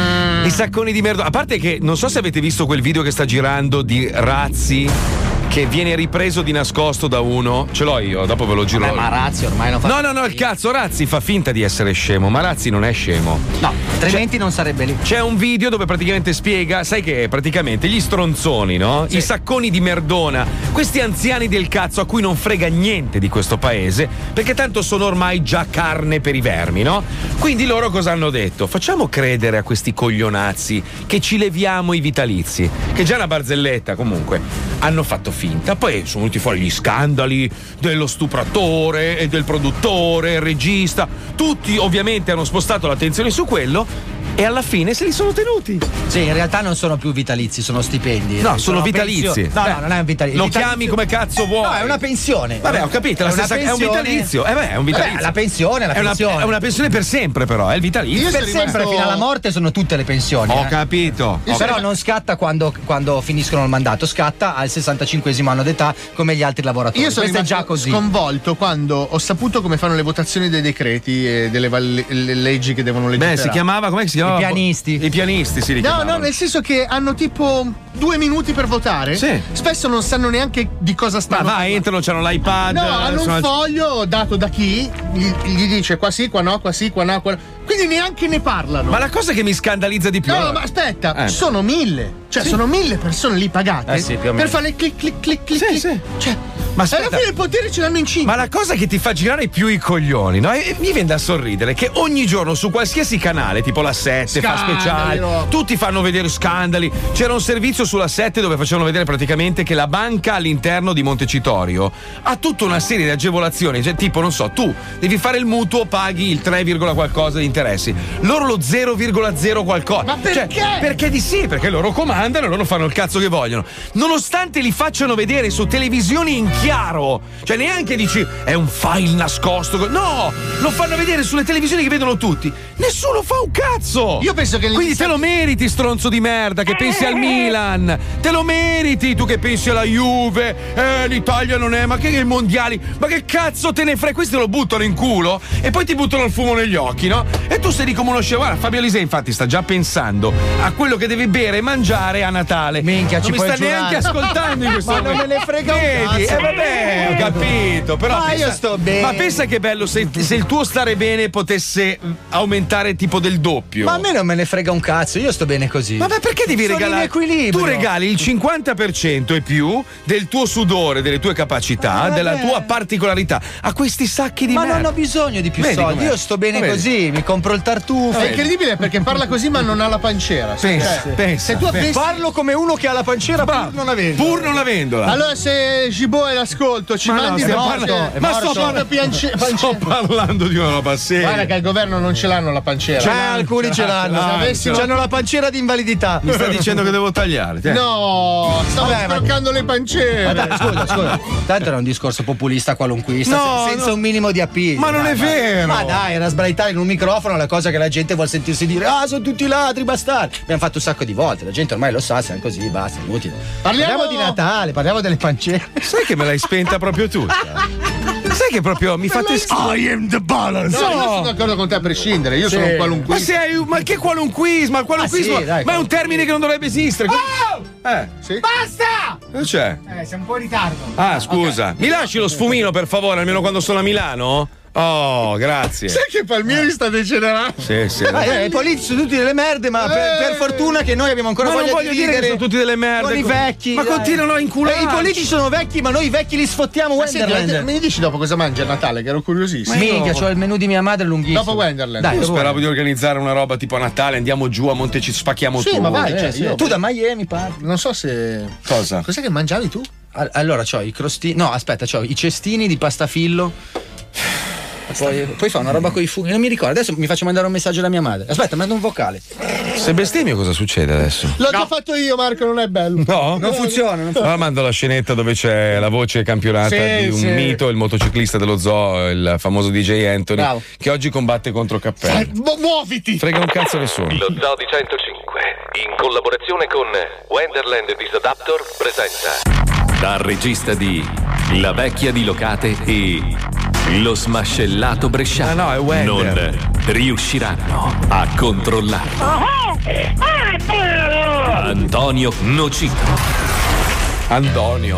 I sacconi di Merdona, a parte che non so se avete visto quel video che sta girando di Razzi che viene ripreso di nascosto da uno. Ce l'ho io, dopo ve lo giro. Vabbè, ma Razzi ormai non fa. No, no, no, il cazzo, Razzi fa finta di essere scemo, ma Razzi non è scemo. No, altrimenti c'è, non sarebbe lì. C'è un video dove praticamente spiega, sai che praticamente gli stronzoni, no? Sì. I sacconi di Merdona, questi anziani del cazzo a cui non frega niente di questo paese, perché tanto sono ormai già carne per i vermi, no? Quindi loro cosa hanno detto? Facciamo credere a questi coglionazzi che ci leviamo i vitalizi, che già una barzelletta comunque hanno fatto finta. Poi sono venuti fuori gli scandali dello stupratore e del produttore, il regista. Tutti ovviamente hanno spostato l'attenzione su quello e alla fine se li sono tenuti. Sì, in realtà non sono più vitalizi, sono stipendi. No, sono, sono vitalizi. Pensio- no, no, non è un vitalizio. Lo vitalizio. chiami come cazzo vuoi. No, è una pensione. Vabbè, ho capito, è, la stessa, è un vitalizio. Eh beh, è un vitalizio. Vabbè, la pensione, la è pensione. Una, è una pensione per sempre, però, è il vitalizio. Io per sempre, rimasto... fino alla morte sono tutte le pensioni. Ho eh. capito. Ho però capito. non scatta quando, quando finiscono il mandato, scatta al sessantacinquesimo anno d'età come gli altri lavoratori. Io sono Questo è già così. Sconvolto quando ho saputo come fanno le votazioni dei decreti e delle valle- le leggi che devono legiferare. Beh, si chiamava, come si chiamava? I pianisti. I pianisti si richiamavano. No, no, nel senso che hanno tipo due minuti per votare. Sì. Spesso non sanno neanche di cosa stanno. Ma va, entrano, c'hanno l'iPad. No, hanno un sono... foglio dato da chi gli, gli dice qua sì, qua no, qua sì, qua no, qua no. Quindi neanche ne parlano. Ma la cosa che mi scandalizza di più. No, ma aspetta, eh. sono mille. Cioè, sì. sono mille persone lì pagate eh sì, per fare clic clic clic clic. Sì, sì. Cioè, ma aspetta, alla fine il potere ce l'hanno in cinque. Ma la cosa che ti fa girare più i coglioni, no? E mi viene da sorridere che ogni giorno su qualsiasi canale, tipo la sette, fa speciale, no. Tutti fanno vedere scandali. C'era un servizio sulla sette dove facevano vedere praticamente che la banca all'interno di Montecitorio ha tutta una serie di agevolazioni, cioè tipo, non so, tu devi fare il mutuo, paghi il tre, qualcosa di interessi. Loro lo zero virgola zero qualcosa. Ma perché? Cioè, perché di sì, perché loro comandano e loro fanno il cazzo che vogliono. Nonostante li facciano vedere su televisioni in chiaro, cioè neanche dici è un file nascosto. No, lo fanno vedere sulle televisioni che vedono tutti. Nessuno fa un cazzo. Io penso che quindi te lo meriti, stronzo di merda, che pensi al Milan. Te lo meriti, tu che pensi alla Juve. Eh, l'Italia non è, ma che i mondiali. Ma che cazzo te ne frega? Questi lo buttano in culo e poi ti buttano il fumo negli occhi, no? E tu sei lì come uno scemo. Guarda, Fabio Lisei infatti sta già pensando a quello che deve bere e mangiare a Natale. Minchia, non ci mi puoi sta giurare. neanche ascoltando in questo ma momento. non me ne frega un Vedi? cazzo. Eh vabbè, ho capito. Però ma pensa, io sto bene. Ma pensa che bello se, se il tuo stare bene potesse aumentare tipo del doppio. Ma a me non me ne frega un cazzo, io sto bene così. Ma perché devi Sono regalare? in equilibrio. Tu regali il cinquanta per cento e più del tuo sudore, delle tue capacità, eh, della tua particolarità a questi sacchi di ma merda. non ho bisogno di più Vedi soldi, com'è? io sto bene Vedi? così, mi compro il tartufo. È incredibile perché parla così ma non ha la pancera. Pensa, cioè, pensa, se tu pensa. avessi... Parlo come uno che ha la pancera pur non avendola. Pur non avendola. Allora se Gibo è l'ascolto ci Ma mandi no, una stiamo voce- parlando- ma ma sto, sto parlando piance- pancera. Sto parlando di una roba seria. Guarda che al governo non ce l'hanno la pancera. Cioè, alcuni ce l'hanno. Se avessimo- C'hanno la pancera di invalidità. Mi sta dicendo che devo tagliare. Te. No, stavo Vabbè, ma- sbloccando le pancere. Vabbè, scusa, scusa. Tanto era un discorso populista qualunquista, No, se- senza no. un minimo di appiglio. Ma non dai, è vero. Ma dai, era sbraitare in un microfono la cosa che la gente vuol sentirsi dire: ah, sono tutti ladri, bastardi. Abbiamo fatto un sacco di volte, la gente ormai lo sa, siamo così, basta, inutile. Parliamo- Parliamo di Natale, parliamo delle pancere. Sai che me l'hai spenta proprio tutta? Sai che proprio mi fate schifo. I am the balance. No, io sono d'accordo con te a prescindere, io Sì. sono un Ma qualunquista. sei ma che qualunquismo? Il qualunquismo Ah, sì, dai, ma è un termine che non dovrebbe esistere. Eh, Sì? Basta! cosa c'è? Eh, siamo un po' in ritardo. Ah, scusa. Mi lasci lo sfumino per favore, almeno quando sono a Milano? Oh, grazie. Sai che Palmieri sta degenerando? Sì, sì. Ah, eh, I politici sono tutti delle merde, ma per, per fortuna che noi abbiamo ancora Ma non voglia voglio di dire che vivere sono tutti delle merde. con i vecchi. Ma dai. continuano a inculare. Eh, I politici sono vecchi, ma noi vecchi li sfottiamo. Ma senti, Wonderland. mi dici dopo cosa mangia a Natale, che ero curiosissimo. Minchia, c'ho il menù di mia madre lunghissimo. Dopo Wonderland. Dai, Io dopo speravo di organizzare una roba tipo a Natale, andiamo giù a Monte, ci spacchiamo Sì, tu. ma vai, Eh, cioè, sì. io- Tu da Miami parli. Non so se. Cosa? Cos'è che mangiavi tu? Al- Allora, c'ho i crostini. No, aspetta, c'ho i cestini di pasta fillo. Poi, poi fa una roba con i funghi, non mi ricordo. Adesso mi faccio mandare un messaggio alla mia madre. Aspetta, mando un vocale. Se bestemmio cosa succede adesso? L'ho già fatto io, Marco, non è bello. No? Non funziona. Non funziona. Allora mando la scenetta dove c'è la voce campionata Sì, di un sì. mito, il motociclista dello zoo, il famoso D J Anthony, Bravo. che oggi combatte contro Cappello. Eh, mu- muoviti! Frega un cazzo nessuno. Lo Zoo di centocinque, in collaborazione con Wonderland Disadaptor, presenta dal regista di La vecchia di Locate e Lo smascellato bresciano. Ah, no, è Wender. Non riusciranno a controllarlo. Antonio Nocito. Antonio.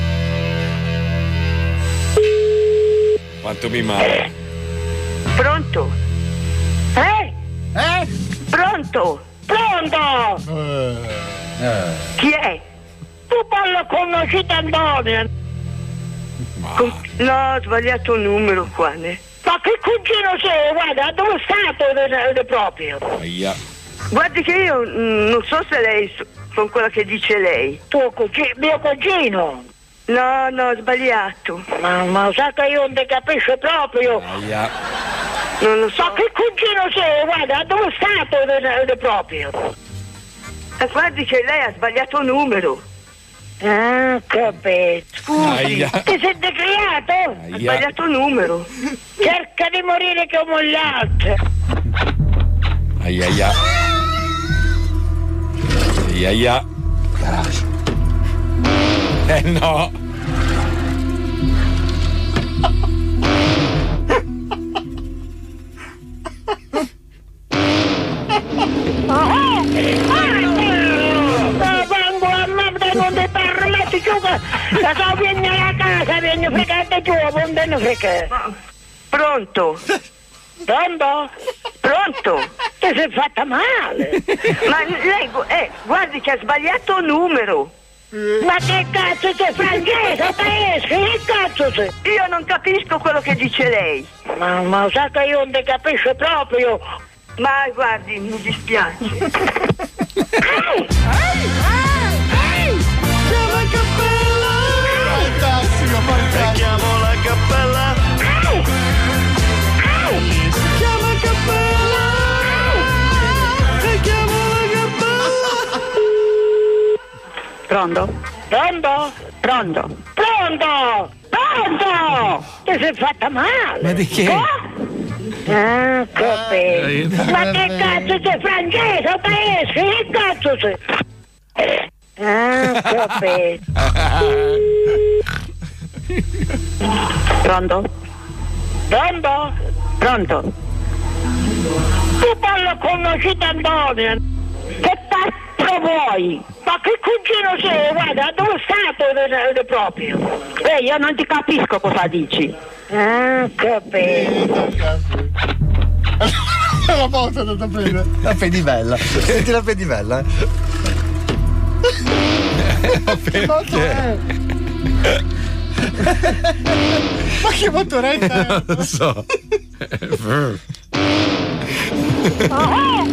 Quanto mi male. Pronto? Eh? Eh? Pronto? Pronto? Eh. Chi è? Tu parlo con Nocita Antonio. Con- No, ho sbagliato il numero qua, ne. Ma che cugino sei? Guarda, dove state proprio? Aia. Guardi che io mm, non so se lei so- sono quella che dice lei. Tuo cugino, mio cugino. No, no, ho sbagliato. Ma, ma sa che io non ti capisco proprio. Aia. Non lo so. Ma che cugino sei? Guarda, dove state proprio? Eh, guardi che lei ha sbagliato numero. Ah, capito. Scusi, Aia. ti sei decreato? Ha Aia. sbagliato numero. Cerca di morire come gli altri. Aia aia. Aia aia. Eh no. Ma vengo a me, non ti permetti giù che la so vieni alla casa, vieni fregate giù, non te ne frega. Pronto? Pronto? Pronto? Ti sei fatta male. Ma lei, gu- eh, guardi che ha sbagliato numero. Ma che cazzo sei francese, tedesco? Che cazzo sei? Io non capisco quello che dice lei. Ma, ma sa che io non ti capisco proprio. Ma guardi, mi dispiace. Chiama Cappella! Fantastico, fantastico. Chiamo la cappella. Chiama Cappella! Chiama la Cappella! Pronto? Pronto? Pronto? Pronto? Pronto? Ti sei fatta male? Ma di che? Ah, capito. Ma che cazzo sei francese o tedesco? Che cazzo sei? Ah, capito. Pronto? Pronto? Pronto? Tu parlo con Nocita Antonio. Che cazzo vuoi? Ma che cugino sei? Guarda, dove state proprio? Eh, io non ti capisco cosa dici. Ah, capito. La moto è andata a prendere. La pedivella. Senti la pedivella. Che moto è? Ma che motoretta è? Non lo so. Oh,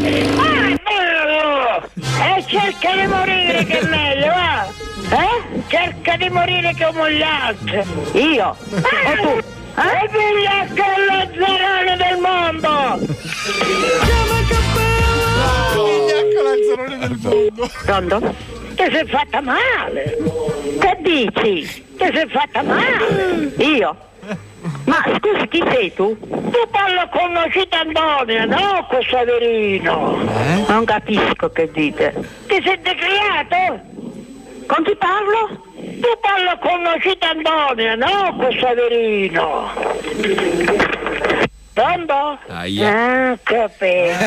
e cerca di morire che è meglio, va? Eh? Cerca di morire come gli altri. Io? E tu? E figlia che è lo zarone del mondo! Chiama Cappella! Ecco l'alzarone del mondo. Pronto? Ti sei fatta male! Che dici? Ti sei fatta male! Io? Ma scusi, chi sei tu? Tu parlo con Nocita Antonio, no con Saverino! Non capisco che dite. Ti sei decreato? Con chi parlo? Tu parlo con Nocita Antonio, no con Saverino! Pronto? Aia. Ah, capito!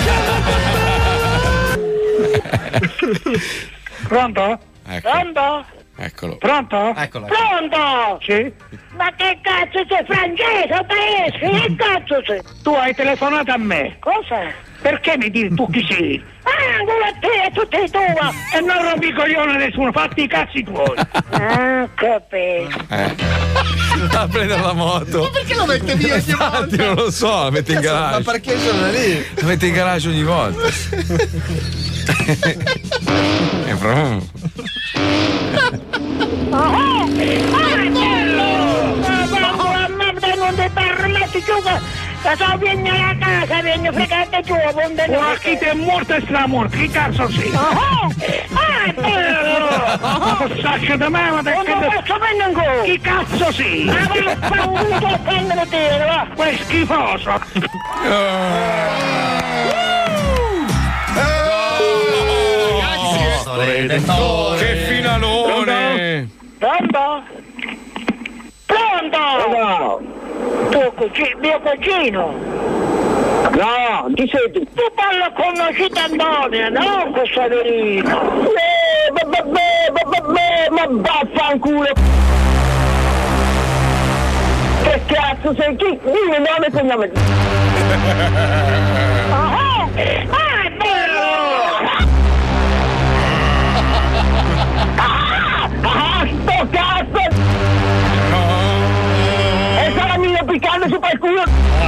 Pronto? Ecco. Pronto? Eccolo. Pronto? Eccola. Pronto? Sì? Ma che cazzo sei francese o tedesco? Che cazzo sei? Tu hai telefonato a me. Cosa? Perché mi dici tu chi sei? Ah, quello te è tutta tua e non rompi i coglioni a nessuno, fatti i cazzi tuoi. Ah, capito. Eh. A prendere la moto. Ma perché lo mette via ogni Infatti, volta? non lo so, la mette in Ma garage. perché sono lì? La mette in garage ogni volta. E brum. Oh, oh, ah, bello! Ma, ma, ma, ma, non ti permetti tu che Ma so vieni a casa, vieni fregate giù, punta di ma chi ti è morto e sta morto, chi cazzo sei? Ah, è bello! Ma saccia da me, ma te che... Non posso prendere ancora! Chi cazzo sei? Ma va, un po' a prendere te, va! Ma è schifoso! Che finalone! Pronto? Pronto? Tuo cugino, mio cugino? No, chi sei tu? Tu parla con Nocita Antonia, non con Saverino. Eh, vabbè, vabbè, ma vaffanculo. Che cazzo sei chi? Dimmi nome e cognome. Ah, ah, è bello! Ah, sto cazzo! E sarà mio piccando su per culo!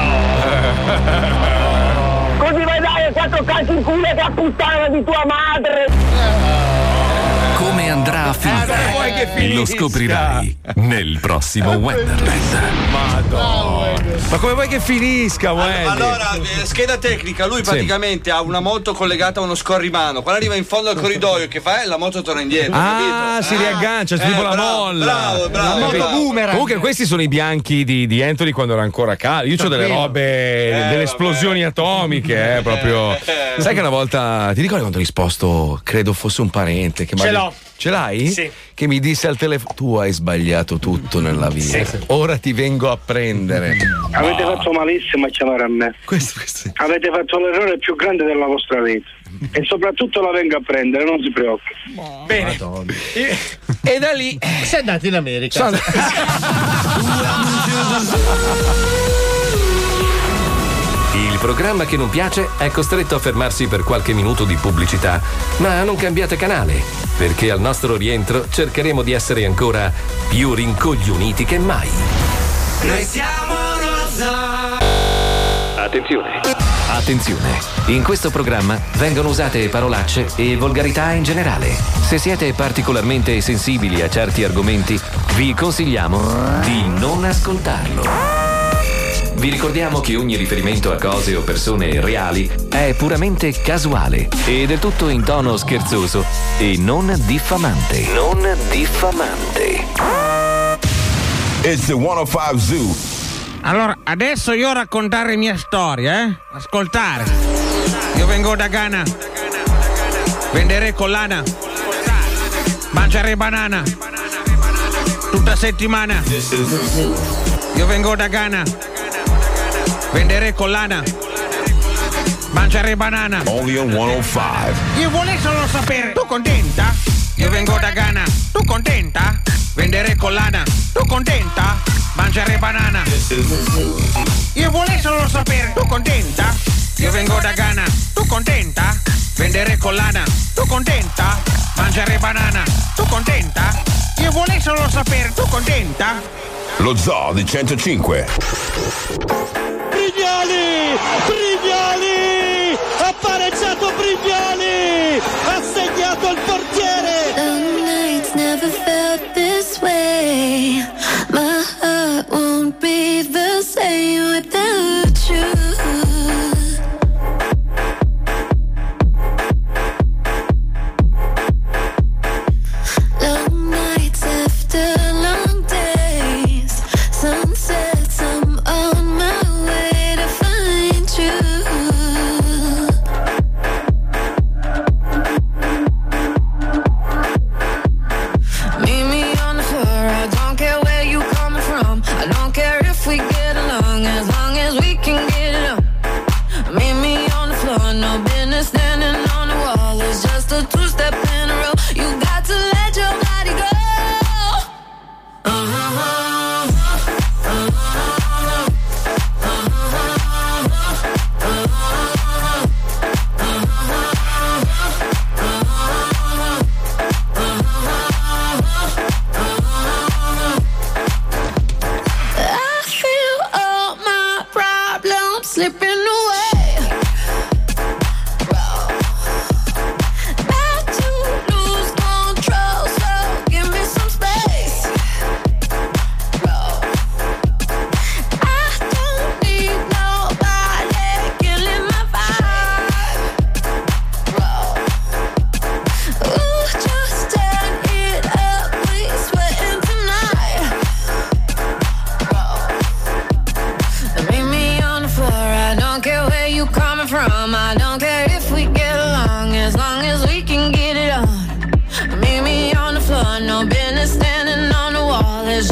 Così vai dare quattro calci in culo che a puttana di tua madre! Come andrà a finire? Lo scoprirai nel prossimo Wonderland. Madonna. Ma come vuoi che finisca, Wendy? Allora, eh, scheda tecnica, lui praticamente sì. ha una moto collegata a uno scorrimano. Quando arriva in fondo al corridoio, che fa? Eh, la moto torna indietro. Ah, capito? si ah. riaggancia, tipo eh, la bravo, molla. Bravo, bravo. La moto bravo. boomerang. Comunque, questi sono i bianchi di, di Anthony quando era ancora caldo. Io ho delle robe, eh, delle esplosioni vabbè. atomiche, eh, proprio. Eh. Sai che una volta ti ricordi quando ho risposto? Credo fosse un parente. Che Ce l'ho. Ce l'hai? Sì. Che mi disse al telefono: tu hai sbagliato tutto nella vita. Sì. Ora ti vengo a prendere. Avete fatto malissimo a chiamare a me. Questo, questo. Avete fatto l'errore più grande della vostra vita. E soprattutto la vengo a prendere, non si preoccupi. Bene. E, e da lì sei andato in America. Sono... Il programma che non piace è costretto a fermarsi per qualche minuto di pubblicità, ma non cambiate canale, perché al nostro rientro cercheremo di essere ancora più rincoglioniti che mai. Noi siamo lo zoo. Attenzione! Attenzione! In questo programma vengono usate parolacce e volgarità in generale. Se siete particolarmente sensibili a certi argomenti, vi consigliamo di non ascoltarlo. Vi ricordiamo che ogni riferimento a cose o persone reali è puramente casuale e del tutto in tono scherzoso e non diffamante. Non diffamante. It's the centocinque Zoo. Allora, adesso io raccontare mia storia, eh? Ascoltare. Io vengo da Ghana. Vendere collana. Mangiare banana. Tutta settimana. Io vengo da Ghana. Vendere collana. Mangiare banana. Only on centocinque. Io volevo solo sapere, tu contenta? Io vengo da Ghana. Tu contenta? Vendere collana. Tu contenta? Mangiare banana. Io volevo solo sapere, tu contenta? Io vengo da Ghana. Tu contenta? Vendere collana. Tu contenta? Mangiare banana. Tu contenta? Io volevo solo sapere, tu contenta? Lo zoo di centocinque. Brignoli! Brignoli! Ha pareggiato Brignoli! Ha segnato il portiere! The nights never felt this way. My heart won't be the same without you. Long nights after long days. Sunsets, I'm on my way to find you. Meet me on the floor, I don't care where you coming from. I don't care if we get along, as long as we can get it up. Meet me on the floor, no business standing on the wall. It's just a two-step in a row. You got to let your body go. Uh-huh. I feel all my problems slipping away. About to lose control, so give me some space. I don't need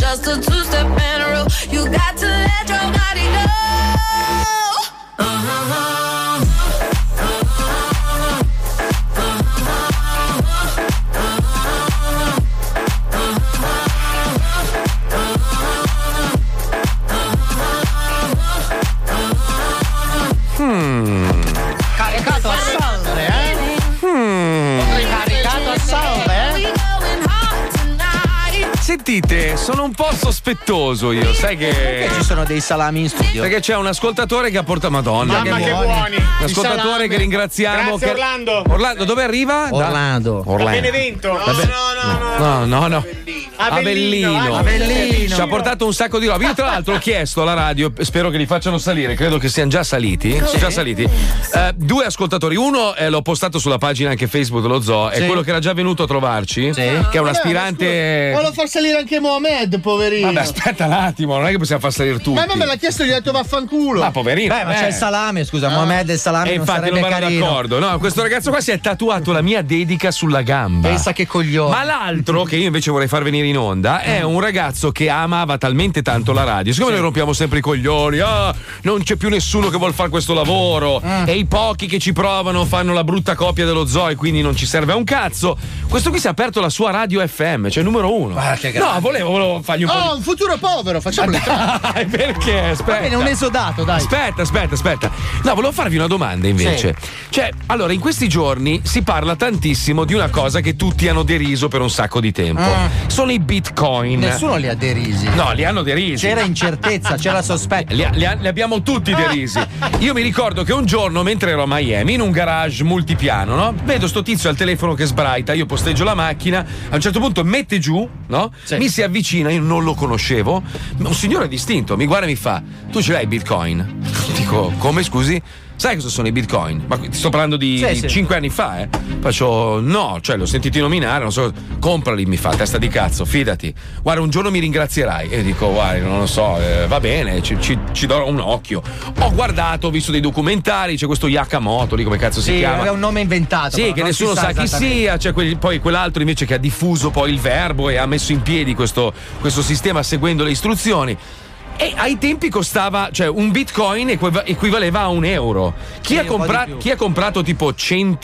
just a two-step and a roll. You got to let your body know. Hmm. Caricato a salve, eh? Hmm. Ricaricato a salve, eh? Sentite, sono un po' sospettoso io, sai che. Perché ci sono dei salami in studio? Perché c'è un ascoltatore che ha portato. Madonna, Mamma che buoni. buoni. Un I ascoltatore salami. che ringraziamo. Grazie, che... Orlando. Orlando, dove arriva? Orlando. Da... Orlando. Da Benevento. Da Be- No, no, no, No, no, no. Avellino. Avellino. Ci ha portato un sacco di roba. Io, tra l'altro, ho chiesto alla radio, spero che li facciano salire. Credo che siano già saliti. Sono già saliti. Eh, due ascoltatori. Uno eh, l'ho postato sulla pagina anche Facebook dello Zoo. È Sì. quello che era già venuto a trovarci. Che è un aspirante. Volevo far salire anche Mohamed, poverino. Vabbè, aspetta un attimo, non è che possiamo far salire tutti. Ma non me l'ha chiesto, gli ho detto vaffanculo. Ma poverino. Beh, ma eh. c'è il salame, scusa, Mohamed e il salame E non infatti non sarebbe vado carino. d'accordo. No, questo ragazzo qua si è tatuato la mia dedica sulla gamba. Pensa che coglione. Ma l'altro, che io invece vorrei far venire in onda, è un ragazzo che amava talmente tanto la radio. Siccome noi rompiamo sempre i coglioni, ah, non c'è più nessuno che vuol fare questo lavoro, e i pochi che ci provano fanno la brutta copia dello Zoo e quindi non ci serve a un cazzo. Questo qui si è aperto la sua radio F M, cioè numero uno. Ah, che grande. no, volevo, volevo fargli un po' Oh, di. un futuro povero, facciamo le Dai, perché? Aspetta. Va bene, un esodato, dai. Aspetta, aspetta, aspetta. No, volevo farvi una domanda invece. Cioè, allora, in questi giorni si parla tantissimo di una cosa che tutti hanno deriso per un sacco di tempo. Sono i bitcoin. Nessuno li ha derisi. No, li hanno derisi. C'era incertezza, c'era sospetto. Li, li, li abbiamo tutti derisi. Io mi ricordo che un giorno, mentre ero a Miami, in un garage multipiano, no? Vedo sto tizio al telefono che sbraita, io posteggio la macchina, a un certo punto mette giù, no? Sì. Mi si avvicina, io non lo conoscevo, un signore distinto, mi guarda e mi fa: tu ce l'hai bitcoin? Dico: come, scusi? Sai cosa sono i bitcoin? Ma ti sto parlando di, Sì, di sì. cinque anni fa, eh? Faccio: no, cioè l'ho sentito nominare, non so, comprali, mi fa, testa di cazzo, fidati. Guarda, un giorno mi ringrazierai. E io dico: guarda, non lo so, eh, va bene, ci, ci, ci do un occhio. Ho guardato, ho visto dei documentari, c'è questo Yakamoto, lì come cazzo si Sì, chiama? aveva un nome inventato. Sì, però che non nessuno si sa chi esattamente. sia, c'è quel- poi quell'altro invece che ha diffuso poi il verbo e ha messo in piedi questo, questo sistema seguendo le istruzioni. E ai tempi costava, cioè un bitcoin equiva- equivaleva a un euro. Chi, Sì, ha, un po' compra- di più. chi ha comprato tipo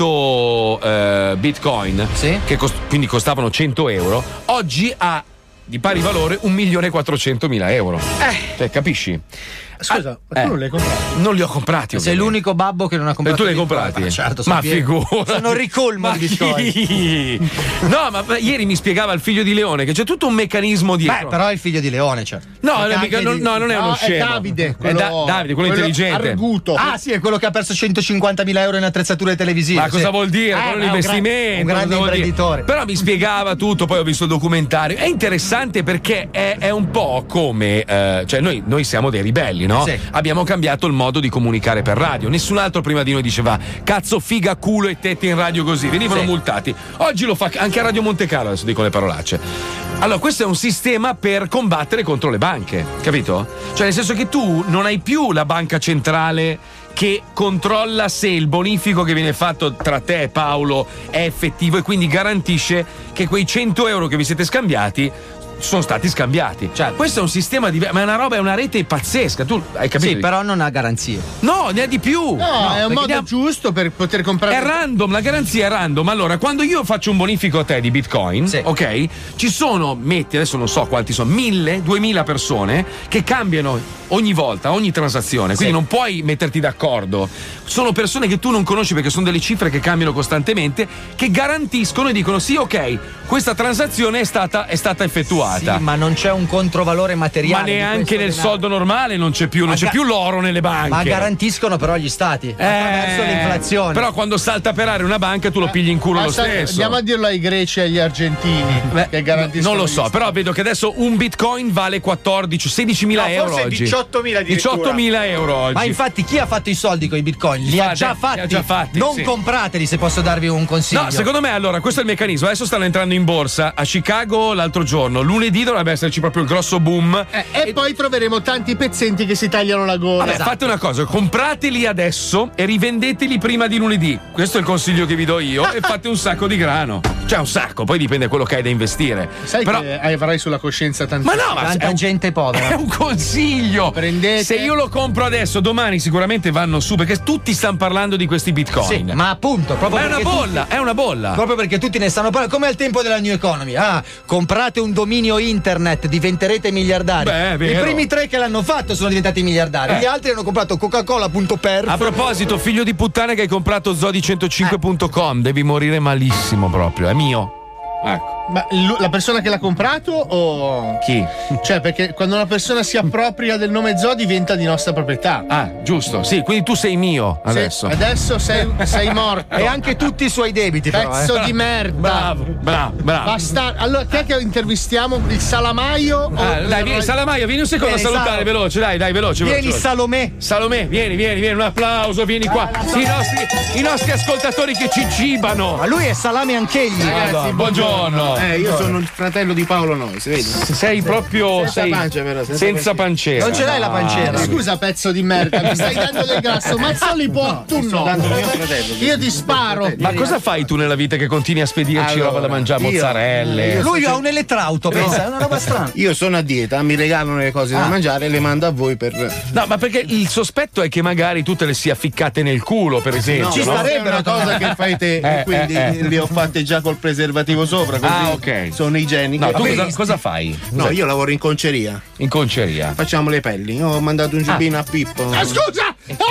cento eh, bitcoin, Sì. che cost- quindi costavano cento euro, oggi ha di pari valore un milione e quattrocentomila euro. Eh. Cioè, capisci? Scusa, ma Eh. tu non l'hai comprato? Non li ho comprati. Sei ovviamente. l'unico babbo che non ha E comprato. tu li hai Bitcoin. comprati? Ma certo, sono ma pieno. figurati. Sono ricolmo Ma di bitcoin. chi? No, ma ma ieri mi spiegava il figlio di Leone che c'è tutto un meccanismo Beh, dietro. però è il figlio di Leone, cioè. No, Perché no, mica- anche non, di- no, non è uno No, è scemo. Davide, È quello- Da- Davide, quello, quello intelligente. arguto. Ah, sì, è quello che ha perso centocinquantamila euro in attrezzature televisive. Ma cosa sì. vuol dire? Eh, Quello beh, è un investimento. Un grande cosa vuol dire? imprenditore. Però mi spiegava tutto, poi ho visto il documentario. È interessante perché è, è un po' come. eh, cioè, noi, noi siamo dei ribelli, no? Sì. Abbiamo cambiato il modo di comunicare per radio. Nessun altro prima di noi diceva cazzo, figa, culo e tette in radio così. Venivano Sì. multati. Oggi lo fa anche a Radio Monte Carlo, adesso dico le parolacce. Allora, questo è un sistema per combattere contro le banche, capito? Cioè, nel senso che tu non hai più la banca centrale che controlla se il bonifico che viene fatto tra te e Paolo è effettivo e quindi garantisce che quei cento euro che vi siete scambiati sono stati scambiati. Cioè, questo è un sistema di. Ma è una roba, è una rete pazzesca. Tu hai capito? Sì, però non ha garanzie. No, ne ha di più. No, è un perché modo ne ha- giusto per poter comprare. È random, la garanzia è random. Allora, quando io faccio un bonifico a te di Bitcoin, Sì. ok? Ci sono, metti, adesso non so quanti sono, mille, duemila persone che cambiano ogni volta, ogni transazione. Quindi Sì. non puoi metterti d'accordo. Sono persone che tu non conosci perché sono delle cifre che cambiano costantemente, che garantiscono e dicono: sì, ok, questa transazione è stata, è stata effettuata. Sì, ma non c'è un controvalore Ma materiale. di neanche questo nel denaro. soldo normale non c'è più, non Ma c'è ga- più l'oro nelle banche. Ma garantiscono però gli stati attraverso Eh, l'inflazione. Però quando salta per aria una banca tu lo pigli in culo lo Basta- stesso. Andiamo a dirlo ai greci e agli argentini che garantiscono. Non lo gli so, stati. però vedo che adesso un bitcoin vale quattordici, sedicimila No, euro forse oggi. diciottomila addirittura. diciottomila euro oggi. Ma infatti chi ha fatto i soldi con i bitcoin? Li ha Infatti, già li ha fatti. già fatti, non sì. comprateli, se posso darvi un consiglio. No, secondo me allora questo è il meccanismo. Adesso stanno entrando in borsa a Chicago l'altro giorno. Lunedì dovrebbe esserci proprio il grosso boom. Eh, e poi troveremo tanti pezzenti che si tagliano la gola. Vabbè, Esatto. fate una cosa, comprateli adesso e rivendeteli prima di lunedì. Questo è il consiglio che vi do io e fate un sacco di grano. Cioè un sacco, poi dipende da quello che hai da investire. Sai Però... che avrai sulla coscienza tantissimo. Ma no, ma tanta è un, gente povera. È un consiglio. Prendete. Se io lo compro adesso, domani sicuramente vanno su, perché tutti stanno parlando di questi bitcoin. Sì, ma appunto, proprio ma è una bolla, tutti, è una bolla. Proprio perché tutti ne stanno parlando, come al tempo della New Economy. Ah, comprate un dominio internet, diventerete miliardari. Beh, è vero. I primi tre che l'hanno fatto sono diventati miliardari. Eh. Gli altri hanno comprato Coca-Cola punto perf. A proposito, figlio di puttana che hai comprato Zodi centocinque punto com, devi morire malissimo proprio, è mio. Ecco. Ma l- la persona che l'ha comprato o. Chi? Cioè, perché quando una persona si appropria del nome Zoo diventa di nostra proprietà. Ah, giusto, sì, quindi tu sei mio adesso. Sì, adesso sei, sei morto. E anche tutti i suoi debiti, però, Pezzo eh. di merda. Bravo, bravo, bravo. Basta. Allora, chi è che intervistiamo? Il Salamaio? Ah, dai, vieni, Salamaio, vieni un secondo Vieni, a salutare, Salo. veloce, dai, dai, veloce. Vieni, veloce. Salomè. Salomè, vieni, vieni, vieni, un applauso, vieni qua. I nostri, i nostri ascoltatori che ci cibano. Ma lui è salame anch'egli. Ragazzi, buongiorno. Eh, io sono il fratello di Paolo Noisi, vedi? Sei proprio senza sei, pancia, però, senza, senza pancera. Non ce l'hai la pancera. Ah, scusa, pezzo di merda, mi stai dando del grasso. Mazzoli può, no, tu no. Mio fratello, io ti sparo. Ma cosa fai tu nella vita che continui a spedirci Allora, roba da mangiare, io- mozzarelle? io Lui ha un elettrauto, pensa, è una roba strana. Io sono a dieta, mi regalano le cose Ah. da mangiare e le mando a voi per. No, ma perché il sospetto è che magari tu te le sia ficcate nel culo, per esempio. Ci no? starebbe una cosa che fai te, Eh, quindi eh, eh. le ho fatte già col preservativo sopra, così Ah, ok. sono igieniche. No, tu Vabbè, cosa, cosa fai? No, Cos'è? io lavoro in conceria. In conceria. Facciamo le pelli. Ho mandato un giubbino a Pippo. Ah, scusa!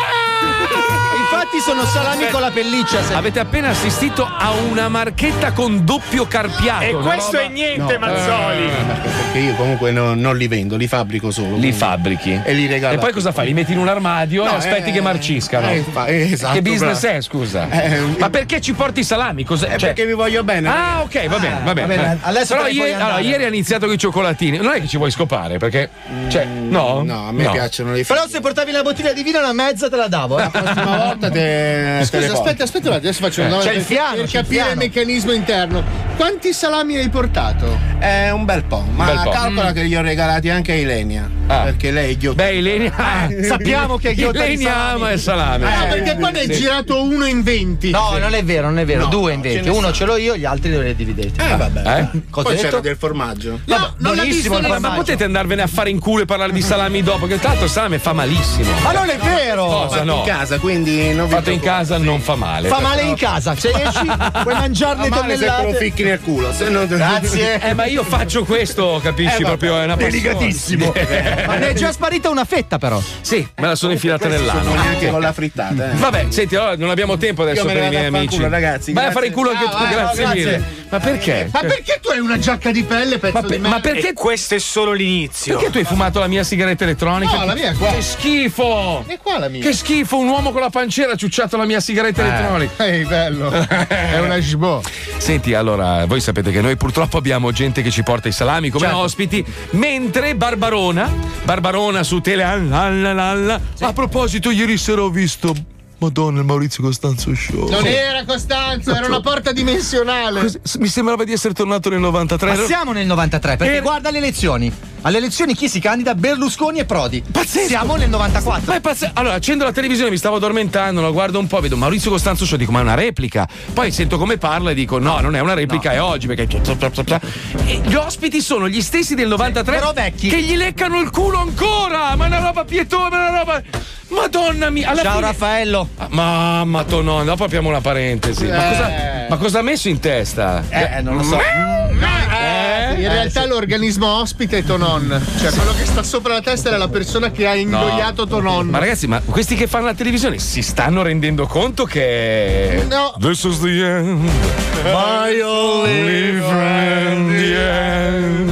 Infatti sono salami con la pelliccia. Se... Avete appena assistito a una marchetta con doppio carpiato. E una questo roba- è niente, No, Mazzoli. Eh, perché io comunque no- non li vendo, li fabbrico solo. Li quindi. fabbrichi. E li regalo. E poi cosa fai? Li metti in un armadio No, e aspetti eh, che marciscano. eh, fa- eh, esatto, che business bravo. è, scusa? Eh, Ma perché ci porti i salami? Cos'è? Eh, Cioè- perché vi voglio bene. Ah, ok, va bene, va bene. va bene, Eh. adesso Però te ne puoi ieri, andare. allora, ieri ha iniziato con i cioccolatini. Non è che ci vuoi scopare, perché. Cioè, no? No, a me No. piacciono le Però se portavi la bottiglia di vino una mezza te la davo. La prossima volta te. Eh, te le Scusa, aspetta, aspetta un attimo, adesso faccio Eh, una domanda c'è il per- fiano, per c'è il capire il fiano. meccanismo interno. Quanti salami hai portato? È un bel po', ma bel po'. calcola Mm. che li ho regalati anche a Ilenia. Ah. Perché lei è ghiotta. Beh, Ilenia. Sappiamo che è ghiotta di Ilenia salami. ama il salame. Ah, perché qua ne hai Sì. girato uno in venti. No, non è vero, non è vero. No, Due no, in ce venti. ne Uno sta. ce l'ho io, gli altri ve li dividete. Eh, vabbè. Eh? Cosa Poi hai c'era detto? del formaggio. No, Vabbè, non l'ha buonissimo visto il nel- Ma formaggio. potete andarvene a fare in culo e parlare di salami dopo? Che tra l'altro il salame fa malissimo. Ma non è vero! Cosa Fatto no? in casa, quindi non vi Fatto in preoccupate. casa non fa male. Fa male in casa, se esci puoi mangiarne Fa male se te lo tonnellate. ficchi nel culo. Se non... Grazie. Eh, ma io faccio questo, capisci? Eh, vabbè, proprio è una passione. delicatissimo. Ma ne è già sparita una fetta però. Sì, me la sono infilata nell'ano. Neanche con la frittata. Eh. Vabbè, senti, allora non abbiamo tempo adesso Io me per ne i miei vado a amici. fanculo, ragazzi, Vai a grazie. fare in culo anche tu, Ah, grazie no, mille. grazie. Ma perché? Ma perché tu hai una giacca di pelle, pezzo Ma, di per- merda? ma perché E questo è solo l'inizio. Perché tu hai fumato la mia sigaretta elettronica? No, la mia è qua. Che schifo! E qua la mia. Che schifo, un uomo con la pancera ha ciucciato la mia sigaretta elettronica. Ehi, bello. È una shbo. Senti, allora, voi sapete che noi purtroppo abbiamo gente che ci porta i salami come Certo. ospiti, mentre Barbarona, Barbarona su tele. alla, alla, alla. A proposito, ieri sera ho visto. Madonna, il Maurizio Costanzo Show. Non era Costanzo, era una porta dimensionale. Cos- Mi sembrava di essere tornato nel novantatré. Ma siamo nel novantatré, perché Er- guarda le elezioni. Alle elezioni chi si candida? Berlusconi e Prodi. Pazzesco. Siamo nel novantaquattro. Ma è pazzesco. Allora, accendo la televisione, mi stavo addormentando, lo guardo un po', vedo Maurizio Costanzo Show, dico ma è una replica. Poi sento come parla e dico no, non è una replica, è oggi perché. E gli ospiti sono gli stessi del novantatré, Però vecchi. che gli leccano il culo ancora. Ma è una roba pietosa, ma è una roba. Madonna mia. Alla Ciao fine- Raffaello. Ah, Mamma tonno, dopo apriamo una parentesi. Ma, Eh. cosa, ma cosa ha messo in testa? Eh, non lo so. Eh? In realtà l'organismo ospite è Tonon. Cioè, quello che sta sopra la testa era la persona che ha ingoiato Tonon. Ma ragazzi, ma questi che fanno la televisione si stanno rendendo conto che. No. This is the end. My only friend, the end.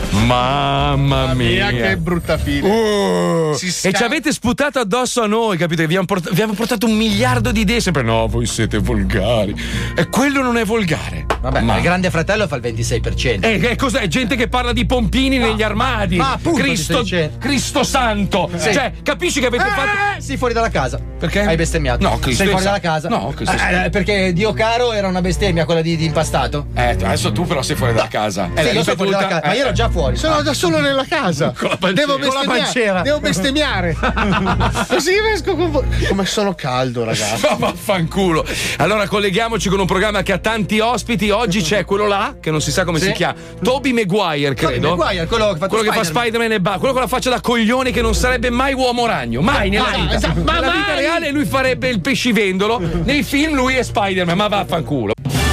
Mamma mia. Mia, che brutta fine. Oh. Si E sca- ci avete sputato addosso a noi, capite? Vi abbiamo, port- vi abbiamo portato un miliardo di idee. Sempre no, voi siete volgari. E quello non è volgare. Vabbè, ma il grande fratello fa il ventisei per cento. E che cos'è? Gente che parla di pompini negli armadi. Ma appunto, Cristo, ti sto dicendo. Cristo santo. Sì. Cioè, capisci che avete fatto. Eh, sei fuori dalla casa. Perché? Hai bestemmiato. No, Cristo sei fuori sa- dalla casa. No, Cristo Eh, sa- eh, perché Dio caro era una bestemmia quella di, di impastato. Eh, adesso tu però sei fuori dalla casa. Sì, io sono fuori dalla casa, ma io ero già fuori. Sono da solo nella casa. Con la pancera. Devo Con la bestemmiare. pancera. Devo bestemmiare. Così esco con voi. Come sono caldo, ragazzi. Ma vaffanculo. Allora colleghiamoci con un programma che ha tanti ospiti. Oggi c'è quello là, che non si sa come Sì. si chiama. Tobey Maguire, credo. Tobey Maguire, quello che fa quello che fa Spider-Man e ba- quello con la faccia da coglione che non sarebbe mai uomo ragno. Mai nella Ah, vita. esatto, ma Nella vita mai! reale lui farebbe il pescivendolo. Nei film lui è Spider-Man, ma vaffanculo.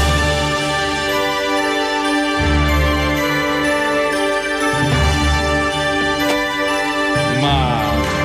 Ma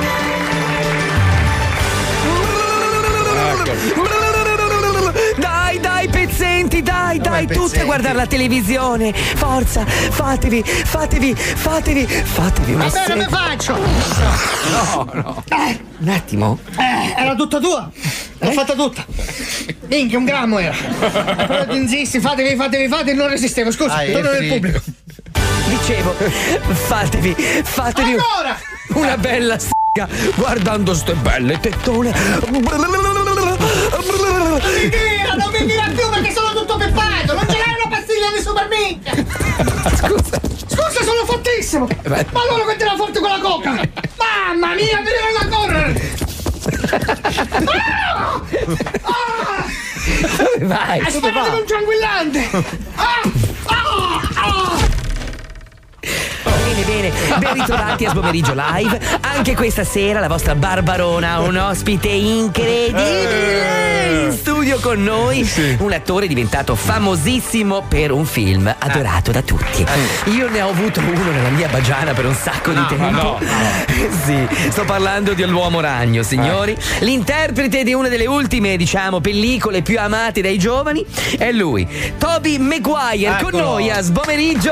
Dai, dai, pezzenti, dai, dai, tutti pezzenti? a guardare la televisione. Forza, fatevi, fatevi, fatevi, fatevi una Va bene, sega. me faccio! no, no. Eh, Un attimo. eh, era tutta tua! L'ho fatta tutta! Minchia, un grammo era! Però tu insisti, fatevi, fatevi, fatevi, non resistevo, scusa, Ah, eh, torno nel sì. pubblico! Dicevo, fatevi, fatevi Ancora! una bella sega guardando ste belle tettone. Non mi tira, non mi tira più perché sono tutto peppato! Non ce l'hai una pastiglia di super minchia! Scusa. Scusa, sono fortissimo! Ma allora mettila forte con la coca! Mamma mia, mi viene da correre! Ah! Ah! Dove vai? È sparato un tranquillante! Ah! Ah! Ah! Bene, bene, ben ritrovati a Sbomeriggio Live. Anche questa sera la vostra Barbarona ha un ospite incredibile in studio con noi. Un attore diventato famosissimo per un film adorato da tutti. Io ne ho avuto uno nella mia bagiana per un sacco di tempo. no, Sì, sto parlando di L'Uomo Ragno, signori. L'interprete di una delle ultime, diciamo, pellicole più amate dai giovani è lui, Tobey Maguire, con Eccolo. noi a Sbomeriggio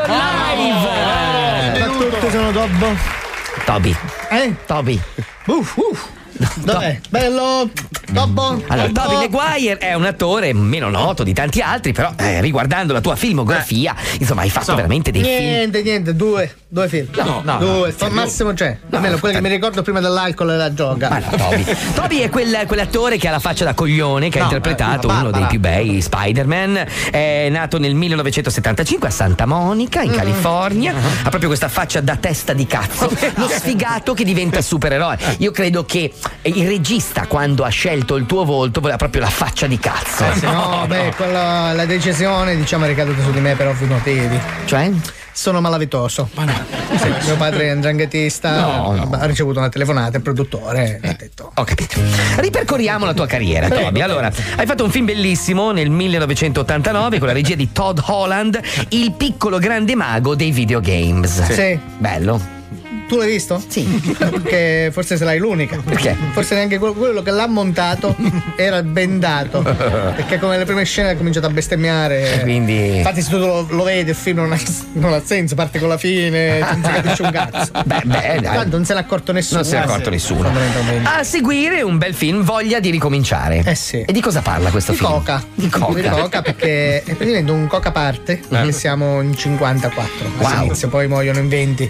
Live. Ciao a tutti, sono Dobbo. Toby. Eh? Toby. Uff, uff! Dov'è? Bello! Dobbo! Allora, Dobbo. Tobey Maguire è un attore meno noto di tanti altri, però eh, riguardando la tua filmografia, insomma, hai fatto veramente dei film. Niente, niente, due, due film. No, no, due, no. al massimo c'è. Almeno quelli che mi ricordo prima dell'alcol e la gioca. Ma no, Toby. Toby è quel, quell'attore che ha la faccia da coglione, che ha No, interpretato eh, uno Barbara. dei più bei Spider-Man. È nato nel millenovecentosettantacinque a Santa Monica, in California. Ha proprio questa faccia da testa di cazzo. Lo sfigato che diventa supereroe. Io credo che il regista, quando ha scelto il tuo volto, voleva proprio la faccia di cazzo. Eh, sì, no, beh, quella, la decisione diciamo è ricaduta su di me per ovvi motivi. Cioè? Sono malavitoso. Ma no. Sì, mio padre è un dranghettista, No, no. ha ricevuto una telefonata, il produttore ha detto. Ho capito. Ripercorriamo la tua carriera, Prego, Toby. Allora, hai fatto un film bellissimo nel millenovecentottantanove con la regia di Todd Holland, Il piccolo grande mago dei videogames. Sì. Bello. Tu l'hai visto? Sì. Perché forse sarai l'unica. Perché? Forse neanche quello, quello che l'ha montato era bendato. Perché come le prime scene ha cominciato a bestemmiare. E quindi- Infatti se tu lo, lo vedi il film non ha, non ha senso, parte con la fine, non si capisce un cazzo. Beh, beh, dai. Tanto non se n'è accorto nessuno. Non se n'è accorto Eh, nessuno. fondamentalmente. A seguire un bel film, Voglia di ricominciare. Eh sì. E di cosa parla questo Di film? coca. Di coca. Di coca perché è praticamente un coca parte perché siamo in cinquantaquattro Wow. all'inizio, poi muoiono in venti.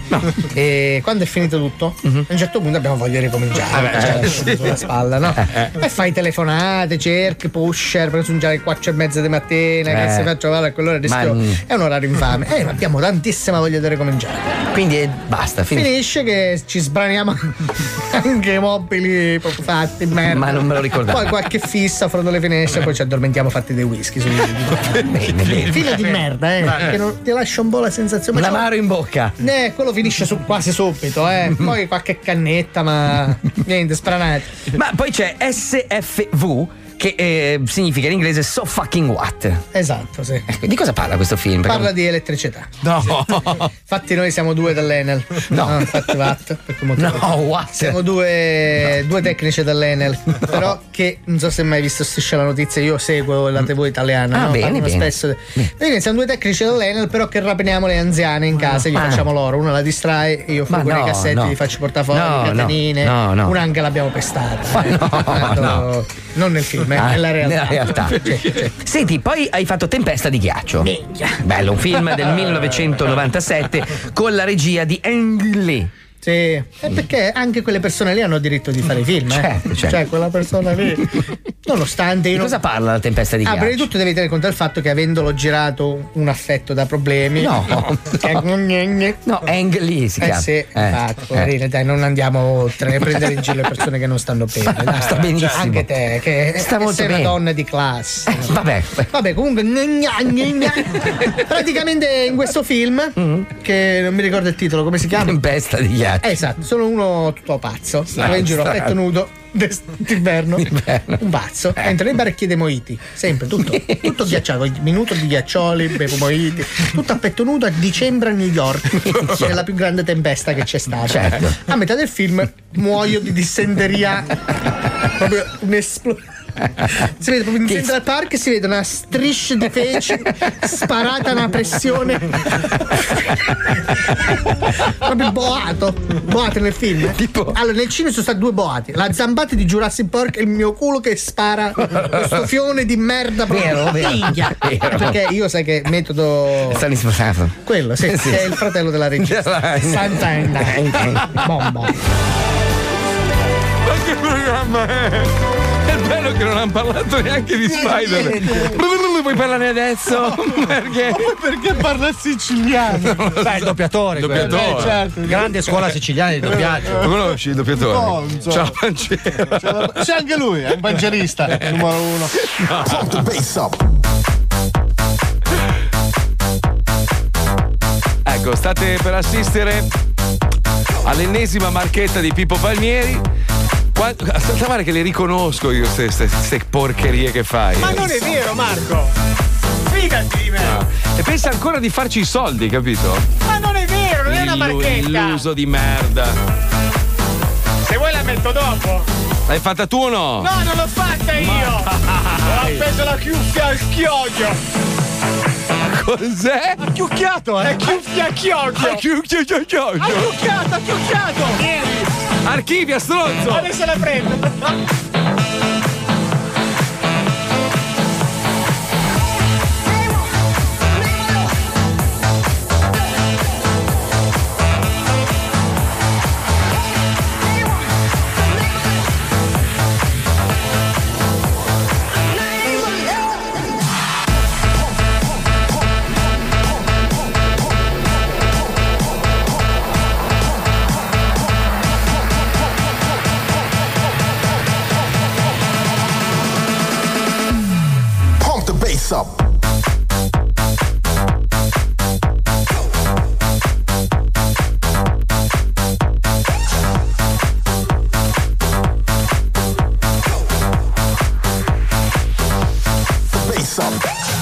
E quando è finito tutto, a un certo punto abbiamo voglia di ricominciare. Eh, cioè, eh, subito sulla spalla, no? E fai telefonate, cerchi, pusher, per raggiungere alle quattro e mezza di mattina, Eh. che se faccio vale a quell'ora rischio. Ma- È un orario infame. E abbiamo tantissima voglia di ricominciare. Quindi eh, basta, finisce. Finisce che ci sbraniamo anche i mobili proprio fatti, merda. Ma non me lo ricordavo. Poi qualche fissa fra le finestre, poi ci addormentiamo fatti dei whisky. Sul... Bene, bene. Filo di merda, eh. Che non ti lascia un po' la sensazione. Ma L'amaro in bocca. Eh, quello finisce su, quasi subito, eh. Poi qualche cannetta, ma niente, spranati. Ma poi c'è S F V, che eh, significa in inglese So Fucking What. Esatto, sì. Ecco, di cosa parla questo film? Perché- Parla di elettricità. No. Infatti noi siamo due dell'Enel. No. infatti Watt. Per quel motivo. No, what? Siamo due, due tecnici dell'Enel. Però che non so se hai mai visto Striscia la Notizia, io seguo la tivù italiana. Ah, no? bene, Parlano bene. spesso. Noi siamo due tecnici dell'Enel, però che rapiniamo le anziane in casa e gli Ah. facciamo loro. Una la distrae, io Ma fugo no, i cassetti, no. gli faccio portare fuori No, le catenine. no, no, no. Una anche l'abbiamo pestata. no, no. Non nel film, eh, Ah, nella realtà. nella realtà. Sì, sì. Senti, poi hai fatto Tempesta di ghiaccio. Bello, un film del millenovecentonovantasette con la regia di Ang Lee. Sì, è perché anche quelle persone lì hanno diritto di fare i film, eh? Certo, certo. Cioè, quella persona lì, nonostante io. Di non... cosa parla La tempesta di Ah, ghiaccio? prima di tutto devi tenere conto del fatto che avendolo girato un affetto da problemi. No, no, Ang Lee si Eh chiama. sì, infatti, poverina, dai, non andiamo oltre a prendere in giro le persone che non stanno bene. Dai. Sta benissimo. Cioè, anche te, che Sta che molto sei una bene. donna di classe. Vabbè. Vabbè, comunque gna gna gna. Praticamente in questo film, che non mi ricordo il titolo, come si chiama? Tempesta di ghiaccio. Esatto, sono uno tutto pazzo, va in giro a strano. petto nudo d'inverno, un pazzo, entra nei bar e chiede mojiti, sempre tutto, tutto ghiacciato, minuto di ghiaccioli, bevo mojiti, tutto a petto nudo a dicembre a New York, è la più grande tempesta che c'è stata. Certo. A metà del film muoio di dissenteria, proprio un'esplosione. Si vede proprio in Central Park, si vede una striscia di feci sparata a una pressione, proprio boato boato nel film. Tipo? Allora nel cinema sono stati due boati, la zambata di Jurassic Park e il mio culo che spara questo fione di merda proprio. Vero, vero. Minchia. Vero. Perché io sai che metodo Stanno sposato. quello, sì, Sì. che è il fratello della regista Sant'Anna bomba. Ma che programma è? È bello che non hanno parlato neanche di Spider-Man. Vuoi parlare adesso? Perché? Ma poi perché parla siciliano? Beh, il doppiatore. Il doppiatore. quello. Eh, certo. Grande scuola siciliana di doppiaggio. Lo conosci il doppiatore? No, non so. Ciao Pancera. C'è anche lui, è un pancerista, numero uno. Ecco, state per assistere all'ennesima marchetta di Pippo Palmieri. Quando, aspetta, guarda che le riconosco io queste porcherie che fai. Ma non è vero, Marco! Fidati di me! No. E pensa ancora di farci i soldi, capito? Ma non è vero, non è una Illu- marchetta! Illuso di merda. Se vuoi la metto dopo! L'hai fatta tu o no? No, non l'ho fatta io! Ho appeso la chiuffia al chioggio! Cos'è? Ha chiucchiato, eh! È chiuffia a chioggio! Ha chiucchio, chio, chio, Ha chiucchiato, ha chiucchiato! Vieni! Archivia, stronzo! Adesso la prendo! Up. Bass up.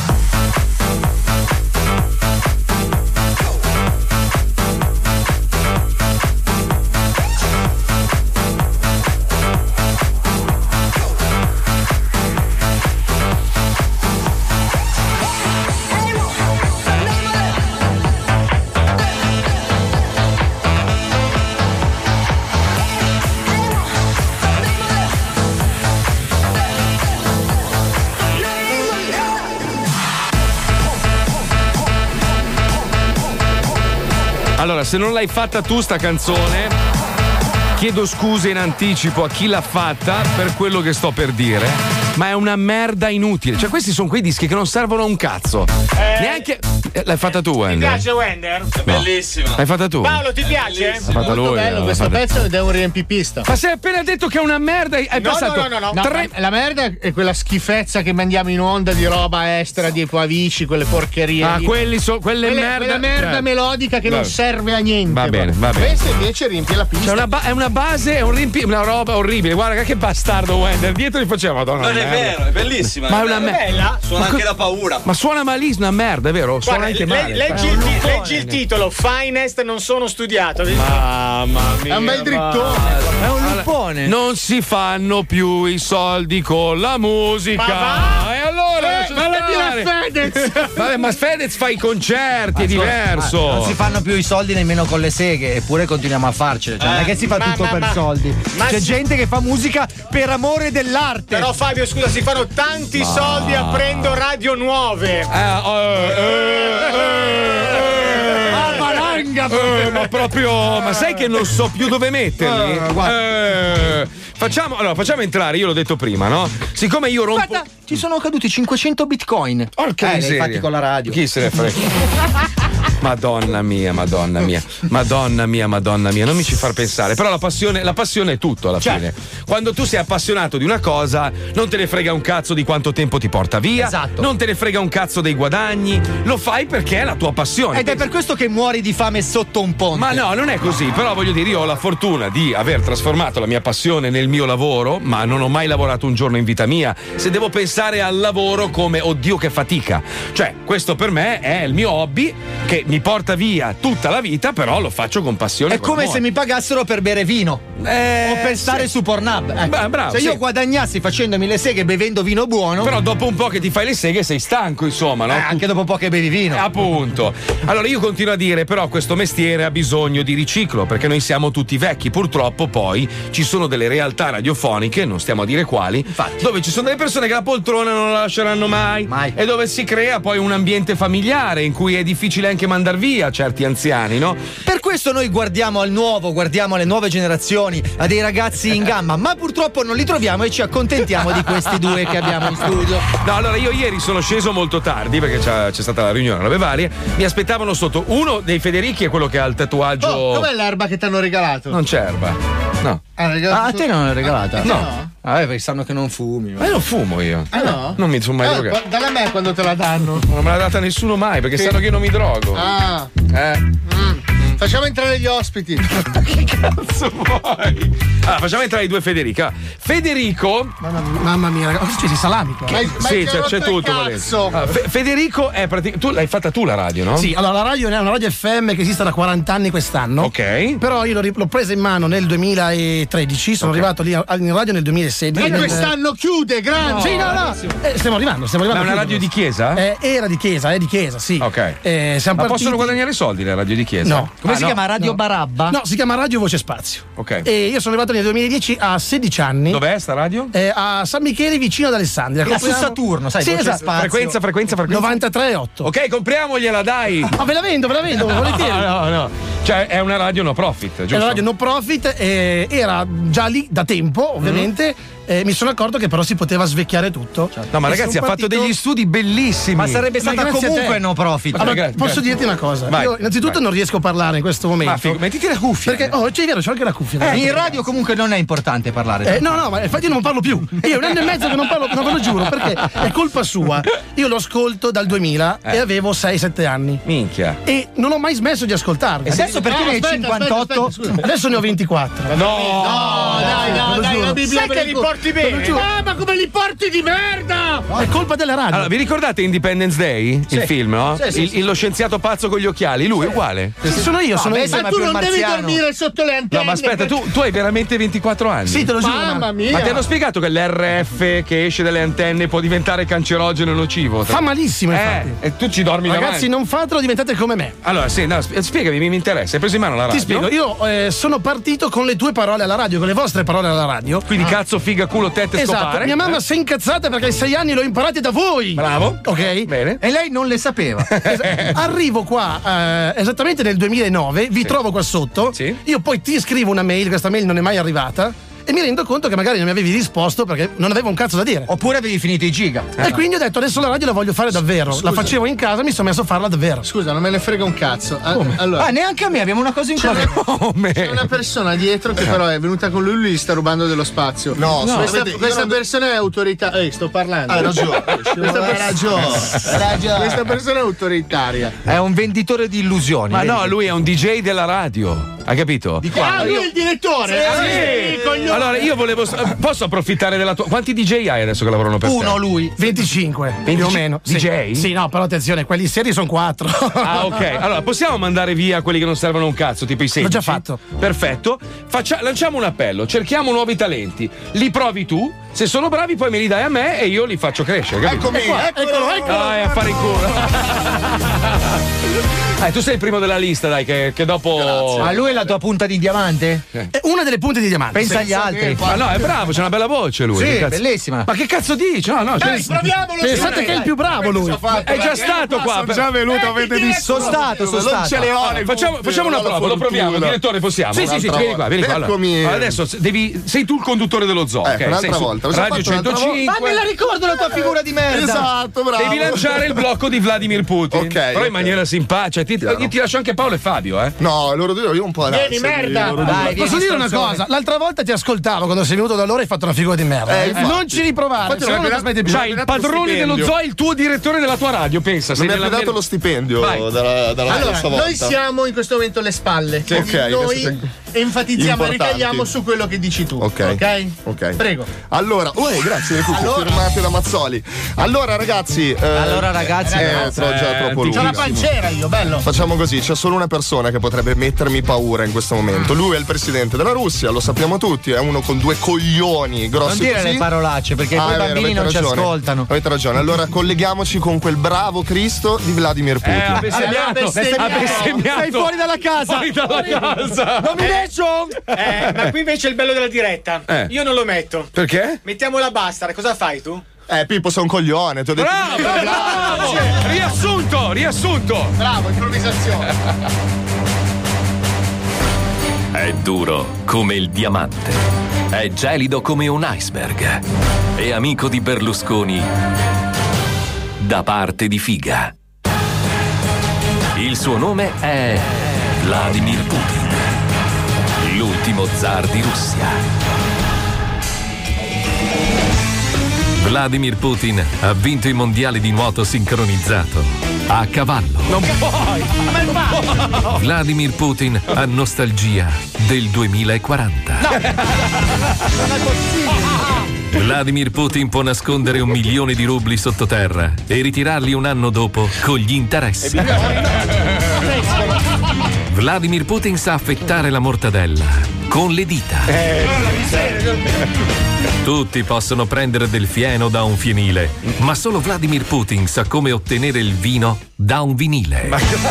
Allora, se non l'hai fatta tu sta canzone, chiedo scuse in anticipo a chi l'ha fatta per quello che sto per dire, ma è una merda inutile. Cioè, questi sono quei dischi che non servono a un cazzo. Eh, Neanche. eh, L'hai fatta tu, Ti Wender? piace Wender? È bellissima. L'hai fatta tu? Paolo, ti piace? L'ha fatta Molto lui. bello l'ha questo fatta- pezzo ed è un riempipista. Ma sei appena detto che è una merda. Hai No, passato no, no, no, no. tre. La merda è quella schifezza che mandiamo in onda di roba estera, di Avici, quelle porcherie. Ah, lì. quelli so, quelle Quelle- merda. quella merda eh. melodica che Va- non serve a niente. Va bene, va bene. Questo invece riempie la pista. C'è una ba- è una base, è un riempi- una roba orribile. Guarda che bastardo Wender. Dietro gli faceva Madonna. Non è merda. vero, è bellissima. Ma è una merda. Bella? Suona Ma anche co- la paura. Ma suona malissimo, una merda, è vero? Suona Guarda, anche le- male. leggi, È il, un ti- luppone. leggi il titolo, Finest, non sono studiato. Mamma mia. È un bel drittone. È un luppone. Non si fanno più i soldi con la musica. Ma va? E allora Eh, lascia ma la stare. dire Fedez. Vabbè, ma Fedez fa i concerti, è diverso. Ma non si fanno più i soldi nemmeno con le seghe, eppure continuiamo a farceli. Cioè, non è che si fa ma- tutto ma- per ma- soldi. ma C'è si- gente che fa musica per amore dell'arte. Però Fabio, scusa, si fanno tanti soldi aprendo radio nuove. Eh, oh, eh, eh, eh, Ah, valanga, Eh, ma proprio. Ma sai che non so più dove metterli? Eh, facciamo, allora, facciamo entrare, io l'ho detto prima, no? Siccome io rompo. Guarda, ci sono caduti cinquecento bitcoin. Porca eh, miseria. infatti con la radio. Chi se ne frega? Madonna mia, madonna mia, madonna mia, madonna mia, non mi ci far pensare. Però la passione, la passione è tutto alla fine. Quando tu sei appassionato di una cosa, non te ne frega un cazzo di quanto tempo ti porta via, esatto. Non te ne frega un cazzo dei guadagni, lo fai perché è la tua passione. Ed è per questo che muori di fame sotto un ponte. Ma no, non è così. Però voglio dire, io ho la fortuna di aver trasformato la mia passione nel mio lavoro, ma non ho mai lavorato un giorno in vita mia. Se devo pensare al lavoro come oddio che fatica. Cioè, questo per me è il mio hobby che mi porta via tutta la vita, però lo faccio con passione. È come se mi pagassero per bere vino eh, o per stare sì. su Pornhub. Ecco. Beh, bravo, se sì. io guadagnassi facendomi le seghe bevendo vino buono, però dopo un po' che ti fai le seghe sei stanco, insomma, no? Eh, anche dopo un po' che bevi vino. Eh, appunto. Allora io continuo a dire, però questo mestiere ha bisogno di riciclo, perché noi siamo tutti vecchi. Purtroppo poi ci sono delle realtà radiofoniche, non stiamo a dire quali, infatti, dove ci sono delle persone che la poltrona non la lasceranno mai, mai. E dove si crea poi un ambiente familiare in cui è difficile anche mandar via certi anziani, no? Per questo noi guardiamo al nuovo, guardiamo alle nuove generazioni, a dei ragazzi in gamma, ma purtroppo non li troviamo e ci accontentiamo di questi due che abbiamo in studio. No, allora io ieri sono sceso molto tardi perché c'è, c'è stata la riunione, robe varie. Mi aspettavano sotto. Uno dei Federichi è quello che ha il tatuaggio. Oh, com'è l'erba che ti hanno regalato? Non c'è erba. No. Ah, ah a te non l'hai regalata? No. no. Ah, perché sanno che non fumi. Ma io non fumo io. Ah no? Non mi sono mai eh, drogato. Dalla me quando te la danno. Non me l'ha data nessuno mai perché sì. Sanno che io non mi drogo. Ah. Eh. Mm. Facciamo entrare gli ospiti. Che cazzo vuoi? Allora, facciamo entrare i due Federica. Federico. Mamma mia, mamma mia ragazzi, c'è i salami qua. Che, ma sì, c'è, c'è tutto qua dentro. Allora, Fe- Federico è praticamente. Tu l'hai fatta tu la radio, no? Sì, allora la radio è una radio F M che esiste da quaranta anni quest'anno. Ok. Però io l'ho, l'ho presa in mano nel duemilatredici, sono okay. arrivato lì in radio nel duemilasedici. E quest'anno chiude, grande! No, sì, no, no. Eh, stiamo arrivando, stiamo arrivando. Ma è una radio di chiesa? Eh, era di chiesa, è di chiesa, sì. Ok. Eh, siamo Ma partiti... possono guadagnare soldi le radio di chiesa? No. Come ah, si no, chiama? Radio no. Barabba? No, si chiama Radio Voce Spazio. Ok. E io sono arrivato nel duemiladieci a sedici anni. Dov'è sta radio? Eh, a San Michele vicino ad Alessandria. Là su Saturno, sai, sì, Voce esatto. Spazio. Frequenza, frequenza, frequenza. novantatré virgola otto. Ok, compriamogliela, dai. Ma ah, ve la vendo, ve la vendo, volentieri. No, no, no. Cioè è una radio no profit, giusto? È una radio no profit, eh, era già lì da tempo, ovviamente. Mm. Eh, mi sono accorto che però si poteva svecchiare tutto. Certo. No, ma e ragazzi, ha partito... fatto degli studi bellissimi. Ma sarebbe stata ma comunque no profit. Allora, grazie, posso grazie. dirti una cosa? Vai, Io innanzitutto vai. non riesco a parlare in questo momento. Ma figo, mettiti la cuffia. Perché, oh, c'è vero, c'ho anche la cuffia. Eh, in radio comunque non è importante parlare. Eh, no, no, ma infatti io non parlo più. Io un anno e mezzo che non parlo, non ve lo giuro, perché è colpa sua. Io lo ascolto dal duemila eh. e avevo sei sette anni. Minchia. E non ho mai smesso di ascoltarlo. E adesso perché ne hai cinquantotto? Aspetta, aspetta, adesso ne ho ventiquattro. No, no, dai, no, dai, la Bibbia sai che li porti bene. Ah, ma come li porti di merda? No, è colpa della radio. Allora, vi ricordate Independence Day? Sì. Il film, no? Sì, sì, il, sì. Lo scienziato pazzo con gli occhiali, lui è uguale. Sì, sì. Sono io, no, sono io. Ma tu non devi dormire sotto le antenne. No, ma aspetta, tu, tu hai veramente ventiquattro anni. Sì, te lo giuro. Mamma mia. Ma ti hanno spiegato che l'R F che esce dalle antenne può diventare cancerogeno e nocivo? Fa malissimo, infatti. Eh, e tu ci dormi davanti. Ragazzi, non fatelo, diventate come me. Allora, sì, no, spiegami, mi interessa. Hai preso in mano la radio? Ti spiego, io eh, sono partito con le tue parole alla radio, con le vostre parole alla radio. Quindi ah. cazzo, figa, culo, tette, esatto. scopare. Mia mamma eh? si è incazzata perché ai sei anni l'ho imparate da voi. Bravo. Ok? Bene. E lei non le sapeva. Arrivo qua eh, esattamente nel duemilanove, vi sì. trovo qua sotto. Sì. Io poi ti scrivo una mail, questa mail non è mai arrivata. E mi rendo conto che magari non mi avevi risposto perché non avevo un cazzo da dire. Oppure avevi finito i giga. E quindi ho detto adesso la radio la voglio fare davvero. Scusa. La facevo in casa, mi sono messo a farla davvero. Scusa, non me ne frega un cazzo. Allora, ah, neanche a me, abbiamo una cosa in comune. Come? C'è una persona dietro che però è venuta con lui, lui sta rubando dello spazio. No, no questa, vedi, questa non... persona è autoritaria. Ehi, sto parlando. Hai ragione. Questa Hai ragione. Hai ragione. Questa persona è autoritaria. È un venditore di illusioni. Ma vedi? no, lui è un D J della radio. Hai capito? Di qua? Ah, lui è il direttore. Sì. Sì. Allora io volevo. Posso approfittare della tua. Quanti D J hai adesso che lavorano per te? Uno lui. venticinque più o meno. D J? Sì. sì, no, però attenzione, quelli seri sono quattro. Ah, ok. Allora, possiamo mandare via quelli che non servono un cazzo, tipo i sedici? L'ho già fatto. Perfetto. Faccia... Lanciamo un appello, cerchiamo nuovi talenti. Li provi tu. Se sono bravi, poi me li dai a me e io li faccio crescere. Capito? Eccomi, eccolo, eccolo. Dai, a fare in culo. Eh, tu sei il primo della lista, dai, che, che dopo. Ma lui è la tua punta di diamante? Eh. È una delle punte di diamante. Pensa agli altri. Ma no, è bravo, c'è una bella voce lui. Sì, che cazzo- bellissima. Ma che cazzo dici? No, no, Dai, cioè- proviamolo. Pensate che è il più bravo lui. È già stato qua. Sono già venuto, avete visto. Sono stato, sono Non stato. ce le ho. le Facciamo, cuffie, facciamo una non ho la prova, lo proviamo, fortuna. direttore, possiamo? Sì, sì, sì, vieni qua, vieni qua. Allora, Eccomi. allora, adesso devi, sei tu il conduttore dello zoo. Ecco, ok? un'altra Sei su volta, l'ho già Radio fatto un'altra centocinque. Ma me la ricordo la tua figura di merda. Esatto, bravo. Devi lanciare il blocco di Vladimir Putin. Ok, Però ok. in maniera simpatica. Ti, io ti lascio anche Paolo e Fabio, eh. No, loro due io un po' Vieni, merda. Dai, vieni, Posso dire una stronzone. cosa? L'altra volta ti ascoltavo quando sei venuto da loro e hai fatto una figura di merda. Eh, infatti. non ci riprovare, Infatti se no non non mi ti smetti più. C'hai il padrone dello zoo e il tuo direttore della tua radio, pensa. Non sei mi ha nella più dato mer- lo stipendio Vai. dalla, dalla Allora, scorsa volta. noi siamo in questo momento alle spalle. Sì, ok, noi questo è enfatizziamo e importante. ricadiamo su quello che dici tu. Ok. Ok? Ok. Prego. Allora, uè, grazie delle cuffie Allora. firmate da Mazzoli. Allora, ragazzi. eh, Allora, ragazzi, eh, ragazzi, tro- già troppo C'ho lungo. la pancera io, bello. Facciamo così, c'è solo una persona che potrebbe mettermi paura in questo momento. Lui è il presidente della Russia, lo sappiamo tutti, è uno con due coglioni grossi non dire così. le parolacce perché Ah, poi è i vero, bambini avete non ci ragione. ascoltano. Avete ragione. Allora colleghiamoci con quel bravo Cristo di Vladimir Putin. Eh, ha bestemmiato, bestemmiato. ha bestemmiato. Sei fuori dalla casa. Fuori dalla casa. Non mi lascio. Eh, ma qui invece è il bello della diretta. Eh. Io non lo metto. Perché? Mettiamo la bastard, cosa fai tu? Eh, Pippo, sei un coglione. Ti ho detto Bravo, bravo, bravo. Riassunto, riassunto. Bravo, improvvisazione. È duro come il diamante. È gelido come un iceberg. È amico di Berlusconi da parte di Figa. Il suo nome è Vladimir Putin, l'ultimo zar di Russia. Vladimir Putin ha vinto i mondiali di nuoto sincronizzato a cavallo. Non puoi. Vladimir Putin ha nostalgia del duemilaquaranta. Non è possibile. Vladimir Putin può nascondere un milione di rubli sottoterra e ritirarli un anno dopo con gli interessi. Vladimir Putin sa affettare la mortadella con le dita. Tutti possono prendere del fieno da un fienile, ma solo Vladimir Putin sa come ottenere il vino da un vinile.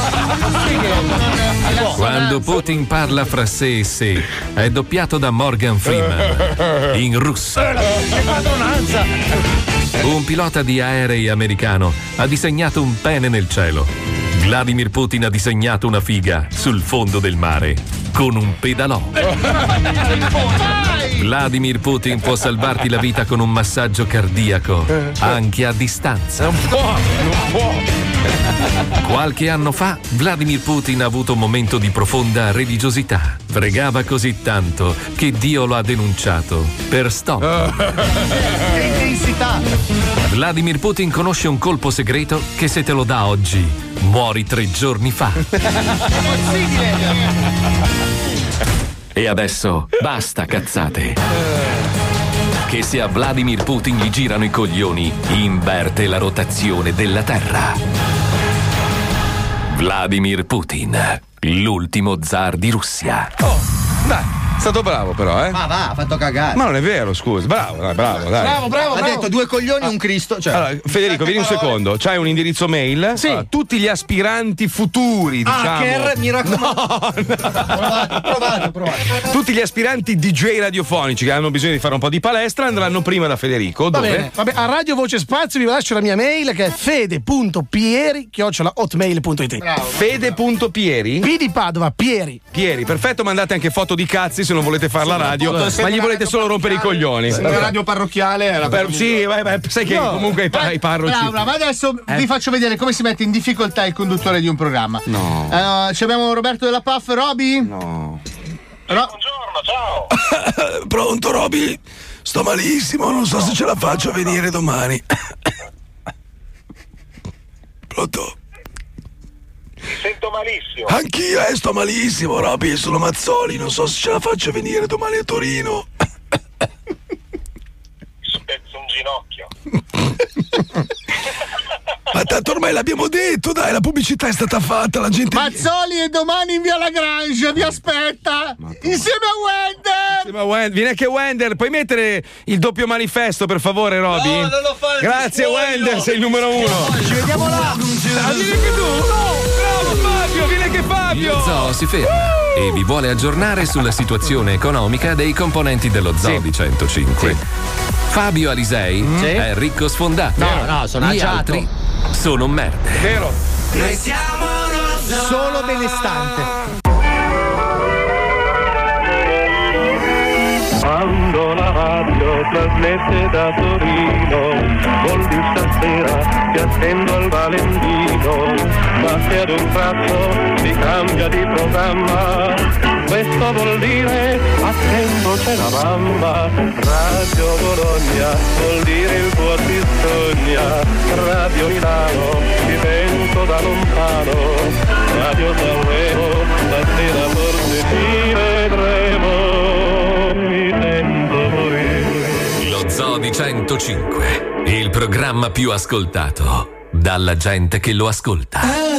Quando Putin parla fra sé e sé, è doppiato da Morgan Freeman in russo. Un pilota di aerei americano ha disegnato un pene nel cielo. Vladimir Putin ha disegnato una figa sul fondo del mare con un pedalò. Vladimir Putin può salvarti la vita con un massaggio cardiaco anche a distanza. Non può, non può. Qualche anno fa Vladimir Putin ha avuto un momento di profonda religiosità. Pregava così tanto che Dio lo ha denunciato per stalking. Che intensità. Vladimir Putin conosce un colpo segreto che se te lo dà oggi muori tre giorni fa. È possibile. E adesso basta cazzate. Che se a Vladimir Putin gli girano i coglioni, inverte la rotazione della Terra. Vladimir Putin, l'ultimo zar di Russia. Oh, dai. È stato bravo però, eh? Ma va, ha fatto cagare. Ma non è vero, scusa. Bravo, dai, bravo, dai. Bravo, bravo, Ha bravo. detto due coglioni e un Cristo. Cioè. Allora, Federico, vieni un secondo. C'hai un indirizzo mail? Sì. Allora, tutti gli aspiranti futuri, diciamo. Hacker, mi raccomando. No, no. Provate, provate, provate. Tutti gli aspiranti D J radiofonici che hanno bisogno di fare un po' di palestra andranno prima da Federico. Va Dove? bene, va bene. A Radio Voce Spazio vi lascio la mia mail che è fede.pieri chiocciola hotmail punto it. Fede.pieri? P di Padova, Pieri. Pieri, perfetto, mandate anche foto di cazzi se non volete fare la radio, ma gli volete solo rompere i coglioni. Se la radio parrocchiale era Per- sì, vai, vai, sai che No. comunque i, pa- i parroci. Brava, ma adesso Eh? vi faccio vedere come si mette in difficoltà il conduttore di un programma. No. Eh, ci abbiamo Roberto della P A F, Roby? No. Ro- Pronto, Roby? Sto malissimo, non so se ce la faccio a venire domani. Pronto? Sento malissimo. Anch'io, eh, sto malissimo, Roby, sono Mazzoli, non so se ce la faccio a venire domani a Torino. Spezzo un ginocchio. Ma tanto ormai l'abbiamo detto, dai, la pubblicità è stata fatta, la gente... Mazzoli e domani in via Lagrange vi aspetta insieme a Wender. Sì, ma Wend- vieni anche Wender, puoi mettere il doppio manifesto per favore, Roby? No, non lo fare, Grazie ti spoglio. Wender, sei il numero uno. Ci vediamo là. Ah, vieni anche tu? No, bravo Fabio! Fabio, vieni che Fabio! Lo zoo si ferma uh! e vi vuole aggiornare sulla situazione economica dei componenti dello zoo sì. di centocinque. Sì. Fabio Alisei mm. è ricco sfondato. No, no, sono Gli agiato. altri sono merde. Vero? Noi siamo lo zoo. Solo benestante. Quando la radio trasmette da Torino, vuol dire stasera ti attendo al Valentino, ma se ad un tratto si cambia di programma, questo vuol dire attento c'è la mamma. Radio Bologna vuol dire il tuo ti sogna, Radio Milano ti sento da lontano, Radio Sanremo stasera forse ci vedremo. Lo Zoo di centocinque, il programma più ascoltato dalla gente che lo ascolta.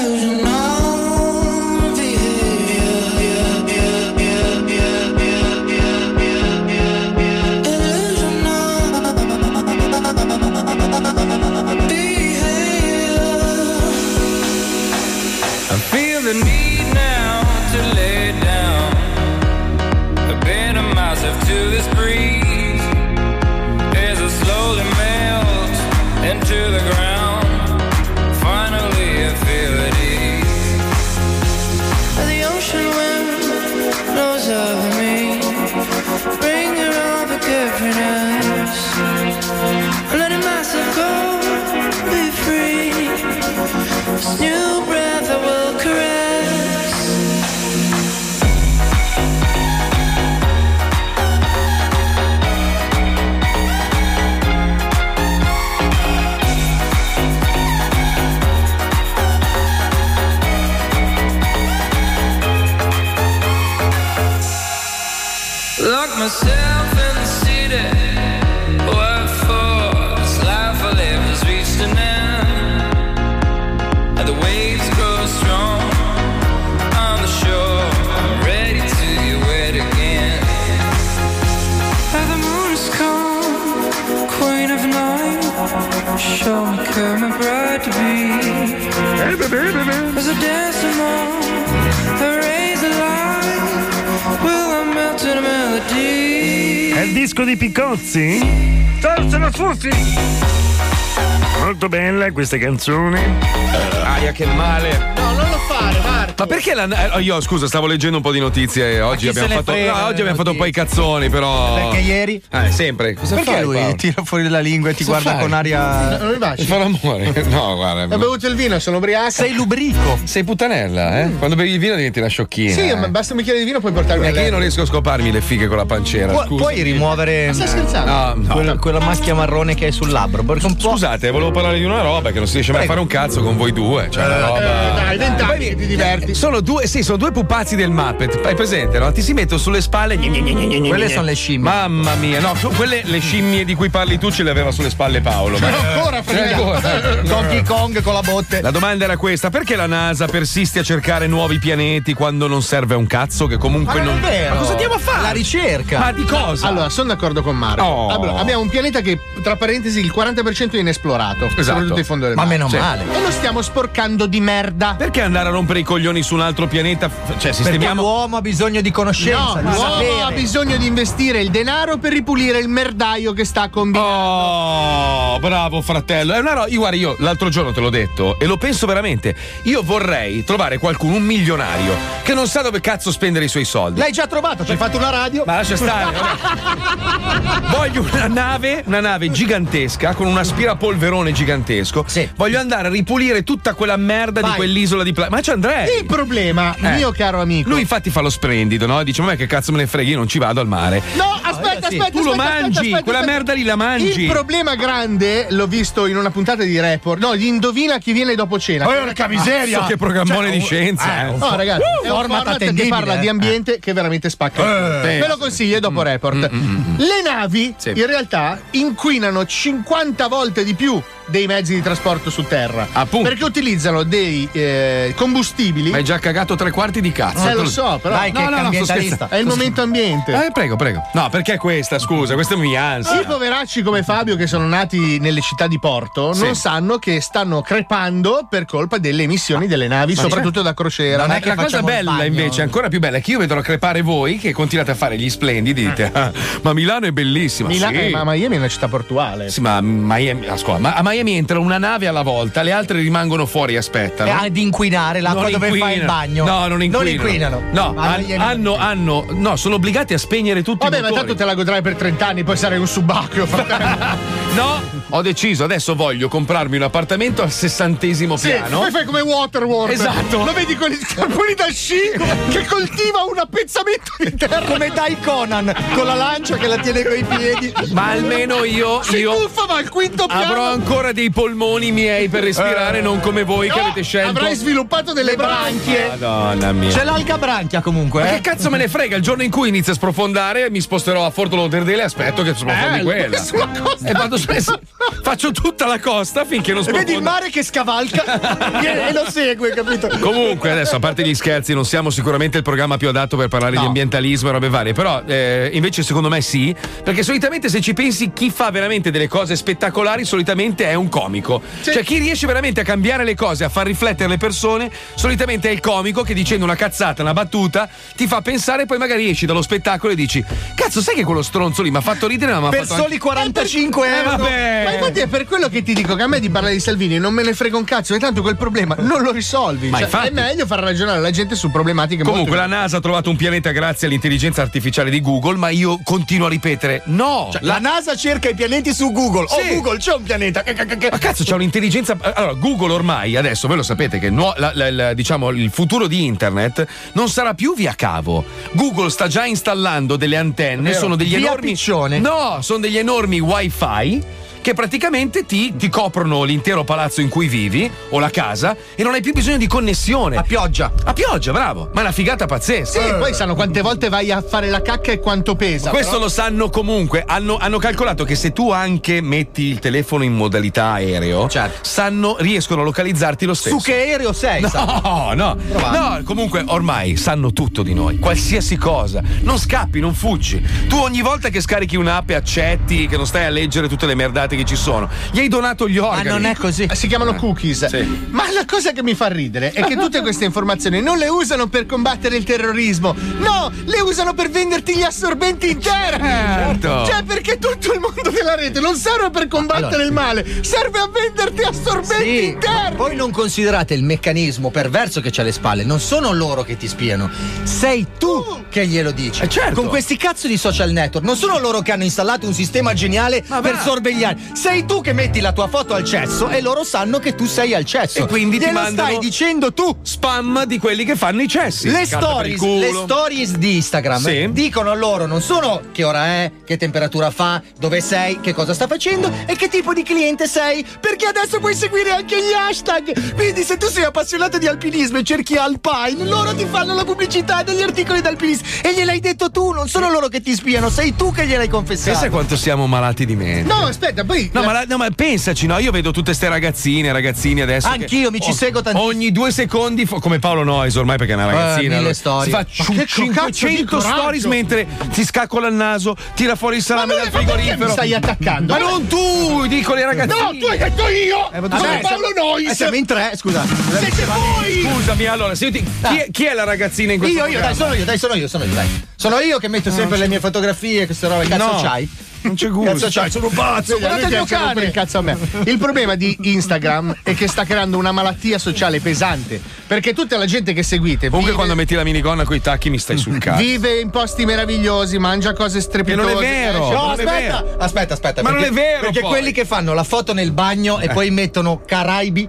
I feel the need now to lay down. I've been a myself to this breeze. As I slowly melt into the ground, finally I feel at ease. The ocean wind blows over me, bringing all the difference. Letting myself go, be free. This new breath I will caress. Lock myself in the city. What for? This life I live has reached an end, and the waves grow strong on the shore. I'm ready to get wet again. And the moon is calm, queen of night. Show me, come my bride to be. As I dance along, the rays of light will I melt in a melody. È il disco di Picozzi? Forza la Fuffi! Molto bella questa canzone. Aia, che male. No, non lo fare, Marco. Ma perché la. eh, Io scusa, stavo leggendo un po' di notizie. Oggi chi abbiamo se ne fatto. frega no, oggi delle abbiamo fatto un po' i notizie? cazzoni, però. Perché ieri? Eh, sempre. Cosa Perché fai, lui Paolo? tira fuori la lingua e ti Cosa guarda fai? con aria. Non mi baci. Fa l'amore. No, guarda. Ho bevuto il vino, sono ubriaco. Sei lubrico. Sei puttanella, eh? Quando bevi il vino diventi una sciocchina. Sì, eh. ma basta un bicchiere di vino puoi portarmi a Perché io non letto. riesco a scoparmi le fighe con la pancera. Pu- scusa. puoi rimuovere Ma stai scherzando? No, no. quella, quella macchia marrone che hai sul labbro? Perché un po'. Scusate, volevo parlare di una roba che non si riesce mai a fare un cazzo con voi due. Cioè, una roba. Eh, dai, vent'anni che ti diverti. Sono due, sì, sono due pupazzi del Muppet. Hai presente, no? Ti si mettono sulle spalle. Gne, gne, gne, gne, gne, Quelle gne. sono le scimmie. Mamma mia, no, tu- quelle le scimmie di cui parli tu ce le aveva sulle spalle Paolo. Ma ancora, ancora. Donkey Kong con la botte. La domanda era questa: perché la NASA persiste a cercare nuovi pianeti quando non serve a un cazzo? Che comunque Ma non è vero. Ma cosa andiamo a fare? La ricerca. Ma di cosa? Allora, sono d'accordo con Marco. Oh. Allora, abbiamo un pianeta che, tra parentesi, il quaranta per cento è inesplorato. Esatto. Soprattutto in fondo del Ma mare. meno Sì. male. E lo stiamo sporcando di merda. Perché andare a rompere i coglioni su un altro pianeta? Cioè, Perché sistemiamo. l'uomo ha bisogno di conoscenza. No, di l'uomo sapere. ha bisogno di investire il denaro per ripulire il merdaio che sta combinando. Oh, bravo fratello. È una roba. Io, guarda, io l'altro giorno te l'ho detto e lo penso veramente. Io vorrei trovare qualcuno, un milionario, che non sa dove cazzo spendere i suoi soldi. L'hai già trovato, ci hai fatto una radio. Ma lascia stare. vabbè. Voglio una nave, una nave gigantesca con un aspirapolverone gigantesco. Sì. Voglio andare a ripulire tutta quella merda Vai. di quell'isola di Pla- Ma ci andrei. Il problema, Eh. mio caro amico. Lui infatti fa lo splendido, no? Dice: ma che cazzo me ne frega, io non ci vado al mare. No, aspetta, sì. aspetta. Tu lo aspetta, mangi, aspetta, quella aspetta. merda lì la mangi. Il problema grande, l'ho visto in una puntata di Report. No, gli indovina chi viene dopo cena. Porca miseria. Cazzo, che programmone di scienza. eh. No, ragazzi, è un format format che attendibile, parla eh. di ambiente che veramente spacca. Eh. Ve lo consiglio dopo Report. Le navi Sì. in realtà inquinano cinquanta volte di più dei mezzi di trasporto su terra. Appunto. Perché utilizzano dei eh, combustibili. Ma hai già cagato tre quarti di cazzo. Eh, lo so, però. Dai, che No, no, no, sto ambientalista. scherzando. È il momento ambiente. Eh, prego, prego. No, perché perché questa, scusa? Questa mi ansia. I poveracci come Fabio che sono nati nelle città di porto Sì. non sanno che stanno crepando per colpa delle emissioni delle navi, Ma soprattutto certo. da crociera. Non è che la cosa bella invece, ancora più bella, è che io vedo crepare voi che continuate a fare gli splendidi. Dite, ah, ma Milano è bellissima. Mila- sì. eh, ma Miami è una città portuale. Sì, ma Miami, ascolta, ma a Miami entra una nave alla volta, le altre rimangono fuori e aspettano. E ad inquinare l'acqua Non dove fai il inquinano. bagno. No, non inquinano. Non inquinano. No, Ma han- Miami- hanno, hanno, no, sono obbligati a spegnere tutti Vabbè, i ma motori. tanto te la godrai per trenta anni, poi sarai un subacqueo. fratello. No, ho deciso, adesso voglio comprarmi un appartamento al sessantesimo Sì, piano. poi fai come Waterworld. Esatto. Lo vedi con gli scarponi da sci che coltiva un appezzamento di terra. Come dai Conan con la lancia che la tiene coi piedi. Ma almeno io, Si io tuffa, ma al quinto piano. avrò ancora dei polmoni miei per respirare, Eh. non come voi che No, avete scelto. avrai sviluppato delle branchie. Madonna mia. C'è l'alga branchia comunque. Ma eh. che cazzo me ne frega? Il giorno in cui inizia a sprofondare, mi sposterò a Fort Lauderdale e aspetto che sprofondi Eh, quella. sulla costa. E vado su- faccio tutta la costa finché non E sprofonda. vedi il mare che scavalca e lo segue, capito? Comunque, adesso, a parte gli scherzi, non siamo sicuramente il programma più adatto per parlare No. di ambientalismo e robe varie. Però, eh, invece, secondo me sì. Perché solitamente, se ci pensi, chi fa veramente delle cose spettacolari, solitamente è un comico. Cioè, chi riesce veramente a cambiare le cose, a far riflettere le persone, solitamente è il comico che dicendo una cazzata, una battuta, ti fa pensare e poi magari esci dallo spettacolo e dici: cazzo, sai che quello stronzo lì mi ha fatto ridere, ma mi ha Per fatto anche- soli quarantacinque Eh, euro. vabbè. Ma infatti è per quello che ti dico che a me di parlare di Salvini non me ne frega un cazzo, e tanto quel problema non lo risolvi. Ma Cioè, infatti. è meglio far ragionare la gente su problematiche Comunque molto la NASA ha trovato un pianeta grazie all'intelligenza artificiale di Google, ma io continuo a ripetere: no! Cioè, la NASA cerca i pianeti su Google. Sì. Oh, Google, c'è un pianeta. Ma cazzo, c'è un'intelligenza. Allora, Google ormai, adesso voi lo sapete che nuo- la- la- la- diciamo il futuro di internet non sarà più via cavo. Google sta già installando delle antenne, Vero. sono degli Via enormi. piccione. No, sono degli enormi wifi. Che praticamente ti, ti coprono l'intero palazzo in cui vivi o la casa e non hai più bisogno di connessione. A pioggia. A pioggia, bravo. Ma è una figata pazzesca. Sì, poi sanno quante volte vai a fare la cacca e quanto pesa. Questo però- lo sanno comunque. Hanno, hanno calcolato che se tu anche metti il telefono in modalità aereo, sanno, riescono a localizzarti lo stesso. Su che aereo sei? No, no, no, comunque ormai sanno tutto di noi, qualsiasi cosa. Non scappi, non fuggi. Tu ogni volta che scarichi un'app e accetti, che non stai a leggere tutte le merdate che ci sono, gli hai donato gli organi. non è così. Si chiamano cookies. Sì. Ma la cosa che mi fa ridere è che tutte queste informazioni non le usano per combattere il terrorismo. No, le usano per venderti gli assorbenti interni. Certo. Cioè, perché tutto il mondo della rete non serve per combattere Allora. il male, serve a venderti assorbenti Sì, interni. voi non considerate il meccanismo perverso che c'è alle spalle. Non sono loro che ti spiano, sei tu che glielo dici. Eh, certo. Con questi cazzo di social network, non sono loro che hanno installato un sistema geniale Ma per va. sorvegliare. Sei tu che metti la tua foto al cesso e loro sanno che tu sei al cesso. E quindi ti Glielo mandano stai dicendo tu. spam di quelli che fanno i cessi. Le Carta per il stories, culo. le stories di Instagram Sì. dicono a loro non solo che ora è, che temperatura fa, dove sei, che cosa sta facendo e che tipo di cliente sei, perché adesso puoi seguire anche gli hashtag. Quindi se tu sei appassionato di alpinismo e cerchi Alpine, loro ti fanno la pubblicità degli articoli d'alpinismo e gliel'hai detto tu, non sono loro che ti spiano, sei tu che gliel'hai confessato. Pensa quanto siamo malati di mente. No, aspetta, poi. No, ma, la- no, ma pensaci, no? Io vedo tutte ste ragazzine, ragazzini adesso. Anch'io, che- mi ci oh, seguo tantissimo. Ogni due secondi, fo- come Paolo Noyes ormai perché è una ragazzina. mille allora, storie. Si fa Ma ciu- che cazzo di cinquecento coraggio! stories mentre ti scaccola il naso, tira fuori il salame Ma dal non è- ma perché frigorifero. mi stai attaccando? Ma non tu, dico le ragazzine. No, tu hai detto io! Eh, ma tu Sono sei- Paolo Nois! Eh, siamo in tre, scusa. Siete voi! Scusami, allora, senti, chi, è, chi è la ragazzina in questo Io, io, dai, programma? sono io, dai, sono io, sono io, dai. Sono io che metto sempre le mie fotografie, queste robe, cazzo No. c'hai? Non c'è gusto. Cazzo c'hai? Sono un pazzo, Vedi, a lui guardate il mio piace rompere cane. il cazzo a me. Il problema di Instagram è che sta creando una malattia sociale pesante. Perché tutta la gente che seguite Comunque vive, quando metti la minigonna con i tacchi mi stai sul cazzo. vive in posti meravigliosi, mangia cose strepitose. Che non è vero. esce- No, Non è aspetta, vero. aspetta, aspetta. Ma non perché- è vero, Perché poi. quelli che fanno la foto nel bagno e poi mettono Caraibi.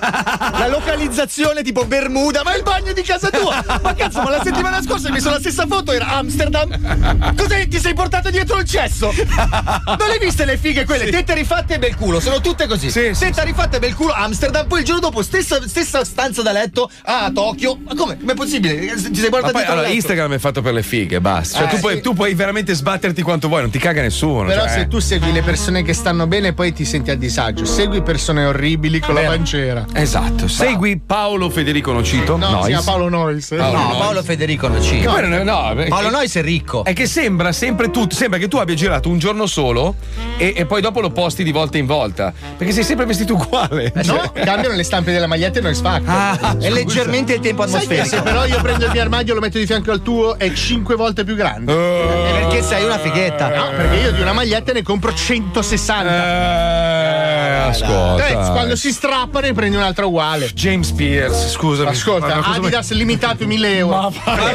La localizzazione tipo Bermuda, ma è il bagno di casa tua! Ma cazzo, ma la settimana scorsa hai messo la stessa foto, era Amsterdam! Cos'è? Ti sei portato dietro il cesso? Non le viste le fighe quelle? Sì. Tette rifatte e bel culo, sono tutte così. Sì, sì, Tetta rifatta e bel culo Amsterdam, poi il giorno dopo stessa, stessa stanza da letto a Tokyo. Ma come? Com'è possibile? Ti sei Ma portato poi dietro allora, il letto? Instagram è fatto per le fighe, basta. Cioè, Eh, tu, puoi, sì. tu puoi veramente sbatterti quanto vuoi, non ti caga nessuno. Però cioè, se eh. tu segui le persone che stanno bene poi ti senti a disagio. Segui persone orribili con la Vero. pancera. Sera. Esatto. Segui Paolo Federico Nocito. No, Nois. si chiama Paolo Nois. Paolo no, Nois. Paolo Federico Nocito. No, no, no, perché- Paolo Nois è ricco. È che sembra sempre tutto, sembra che tu abbia girato un giorno solo e, e poi dopo lo posti di volta in volta. Perché sei sempre vestito uguale. Eh, no, cambiano le stampe delle magliette e noi spacca. Ah, è leggermente il tempo Sai che atmosferico. se però io prendo il mio armadio e lo metto di fianco al tuo è cinque volte più grande. Uh, perché sei una fighetta. No, perché io di una maglietta ne compro centosessanta. Eh, ascolta. Eh, quando si strappa ne prendi un'altra uguale. James Pierce, scusami. Ascolta, Ma cosa Adidas limitato mille euro.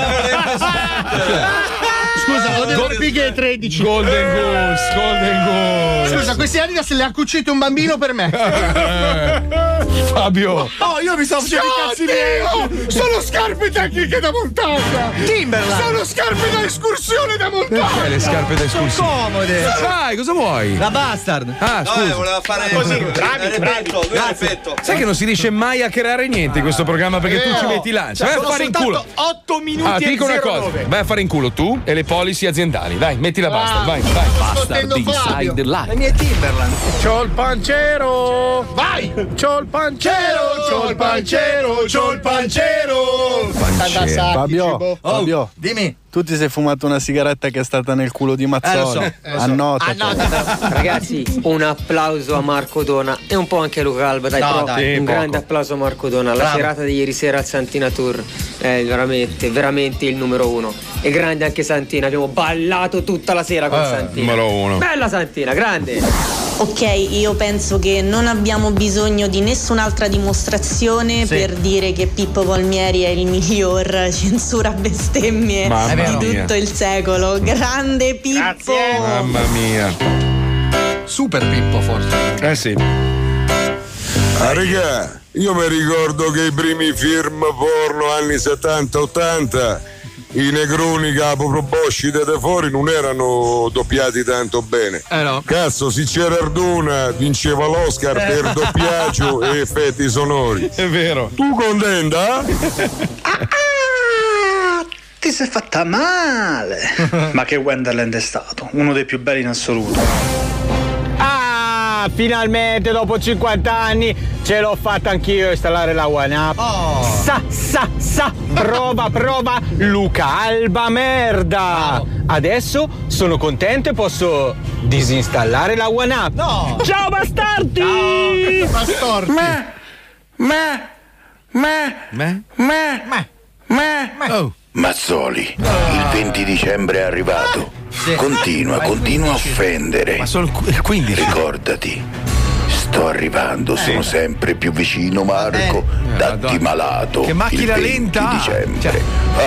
Scusa, ho delle fighe tredici. Golden Goose, Golden Goose. Scusa, questi Adidas li ha cucito un bambino per me. Fabio. Oh, io mi sto facendo i cazzi miei. Sono scarpe tecniche da montagna. Timberland. Sono scarpe da escursione da montagna. Perché le scarpe da escursione? Sono comode. Sai, cosa vuoi? La Bastard. Ah, No, scusa. eh, voleva fare Così, il bravi, repetto, lui ha repetto. Sai che non si riesce mai a creare niente in questo programma perché tu ci metti l'ansia. Vai a fare in culo. otto minuti Ah, ti e dico una zero cosa, nove. vai a fare in culo tu e le policy aziendali. Dai, metti la basta, vai, vai. Bastard Inside Live. Le mie Timberland. C'ho il pancero! Vai! C'ho il pancero! C'ho il pancero! C'ho il pancero! Pancero. Fabio, Fabio, dimmi. tu ti sei fumato una sigaretta che è stata nel culo di Mazzoli. Eh, lo so, eh, lo so. Annota. Ragazzi, un applauso a Marco Dona e un po' anche a Luca Alba, dai, No, però dai, un poco. grande applauso a Marco Dona. La Bravo. serata di ieri sera al Santina Tour è veramente, veramente il numero uno. E grande anche Santina, abbiamo ballato tutta la sera con Eh, Santina. numero uno. Bella Santina, grande. Ok, io penso che non abbiamo bisogno di nessun'altra dimostrazione Sì. per dire che Pippo Palmieri è il miglior censura bestemmie Mamma di mia. tutto il secolo. Grande Pippo! Mamma mia. Super Pippo forse. Eh sì. Ah, regà, io mi ricordo che i primi film porno anni settanta ottanta, i negroni capo proboscite da fuori non erano doppiati tanto bene. Eh no. Cazzo, se c'era Arduna vinceva l'Oscar per doppiaggio e effetti sonori. È vero. Tu contenta? Ti sei fatta male. Ma che Wonderland è stato uno dei più belli in assoluto. Ah, finalmente dopo cinquanta anni ce l'ho fatta anch'io a installare la One Up. Oh. Sa, sa, sa, prova, prova, Luca Alba merda. Adesso sono contento e posso disinstallare la One Up. No. Ciao bastardi! Ciao, bastardi. Me, me, me, Me? me, me, me. Oh. Mazzoli, il venti dicembre è arrivato. Continua, continua a offendere. Ma sono il quindici. Ricordati, sto arrivando, sono sempre più vicino, Marco. Datti Madonna. malato. Che macchina il venti lenta. dicembre.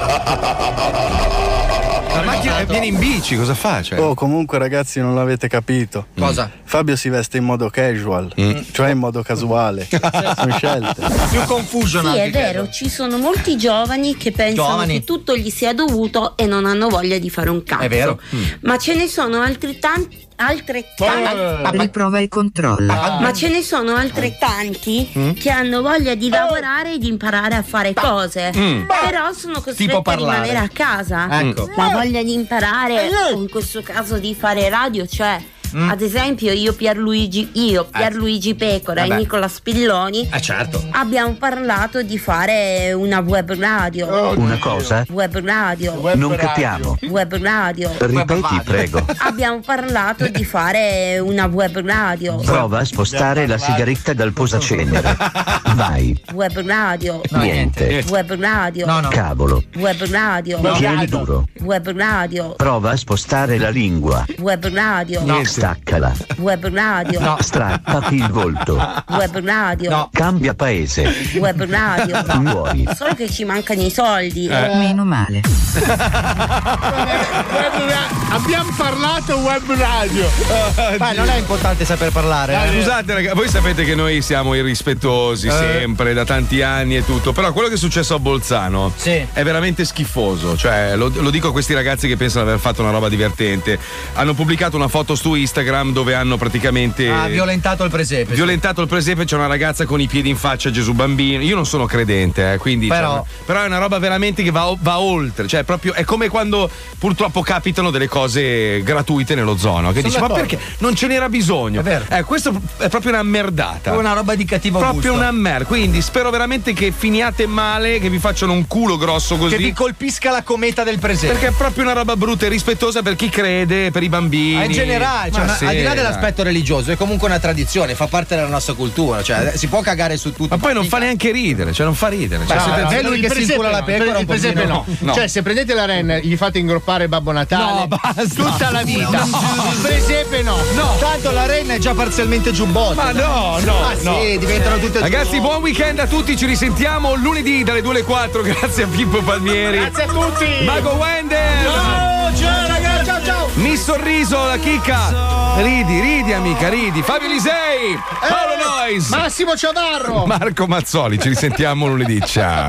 La macchina viene in bici, cosa fa? Cioè? Oh, comunque ragazzi non l'avete capito. Cosa? Fabio si veste in modo casual, cioè in modo casuale. Sono scelte. Più confusion. Sì, è vero, ci sono molti giovani che pensano Giovani. che tutto gli sia dovuto e non hanno voglia di fare un cazzo. È vero. Ma ce ne sono altrettanti. Altrettanti. Riprova e controlla. Ma ce ne sono altrettanti Mm. che hanno voglia di lavorare e di imparare a fare cose. Mm. Però sono costretti Tipo a parlare. rimanere a casa. Ecco. La voglia di imparare, o in questo caso di fare radio, c'è. Mm. Ad esempio, io Pierluigi, io Pierluigi Pecora Vabbè. e Nicola Spilloni Eh certo. abbiamo parlato di fare una web radio. Una cosa? Web radio. Non capiamo. Web radio. Ripeti, prego. Abbiamo parlato di fare una web radio. Prova a spostare la sigaretta dal posacenere. Vai. Web radio. Niente. Web radio. Cavolo. Web radio. Tieni duro. Web radio. Prova a spostare la lingua. Web radio. Staccala. Web radio. Strappati il volto. Web radio. Cambia paese. Web radio. Muori. Solo che ci mancano i soldi. Meno male. Abbiamo parlato web radio. Beh, non è importante saper parlare. eh. Scusate ragazzi, voi sapete che noi siamo irrispettosi Eh. sempre da tanti anni e tutto, però quello che è successo a Bolzano Sì. è veramente schifoso, cioè lo, lo dico a questi ragazzi che pensano di aver fatto una roba divertente. Hanno pubblicato una foto su Instagram dove hanno praticamente Ha violentato il presepe. violentato il presepe. C'è una ragazza con i piedi in faccia a Gesù bambino. Io non sono credente, eh, quindi Però- cioè, però è una roba veramente che va, va oltre. Cioè, proprio è come quando purtroppo capitano delle cose gratuite nello zono. Che Sono dici, ma d'accordo. perché non ce n'era bisogno? È vero. Eh, questo è proprio una merdata. È una roba di cattivo Proprio gusto. una merda. Quindi spero veramente che finiate male, che vi facciano un culo grosso così. Che vi colpisca la cometa del presepe. Perché è proprio una roba brutta e rispettosa per chi crede, per i bambini. Ma in generale, cioè, Ma ma sì, al di là dai. dell'aspetto religioso, è comunque una tradizione, fa parte della nostra cultura. Cioè, si può cagare su tutto. Ma poi non fa neanche ridere, cioè non fa ridere. Cioè, Beh, siete- no, Eh, è lui il che si presepe incula la no, pecora, il un presepe pochino no. no. Cioè, se prendete la renna, gli fate ingroppare Babbo Natale No, basta. tutta la vita. Il presepe no. No, tanto la renna è già parzialmente giubbotto. Ma no, no, Ah, no. sì, diventano tutte Ragazzi, buon weekend a tutti, ci risentiamo lunedì dalle due alle quattro. Grazie a Pippo Palmieri. Grazie a tutti. Mago Wender. Ciao, ciao ragazzi, ciao ciao. Miss Sorriso, la chicca. Ridi, ridi amica, ridi. Fabio Lisei. Paolo Nois. Massimo Ciavarro. Marco Mazzoli, ci risentiamo lunedì. Ciao.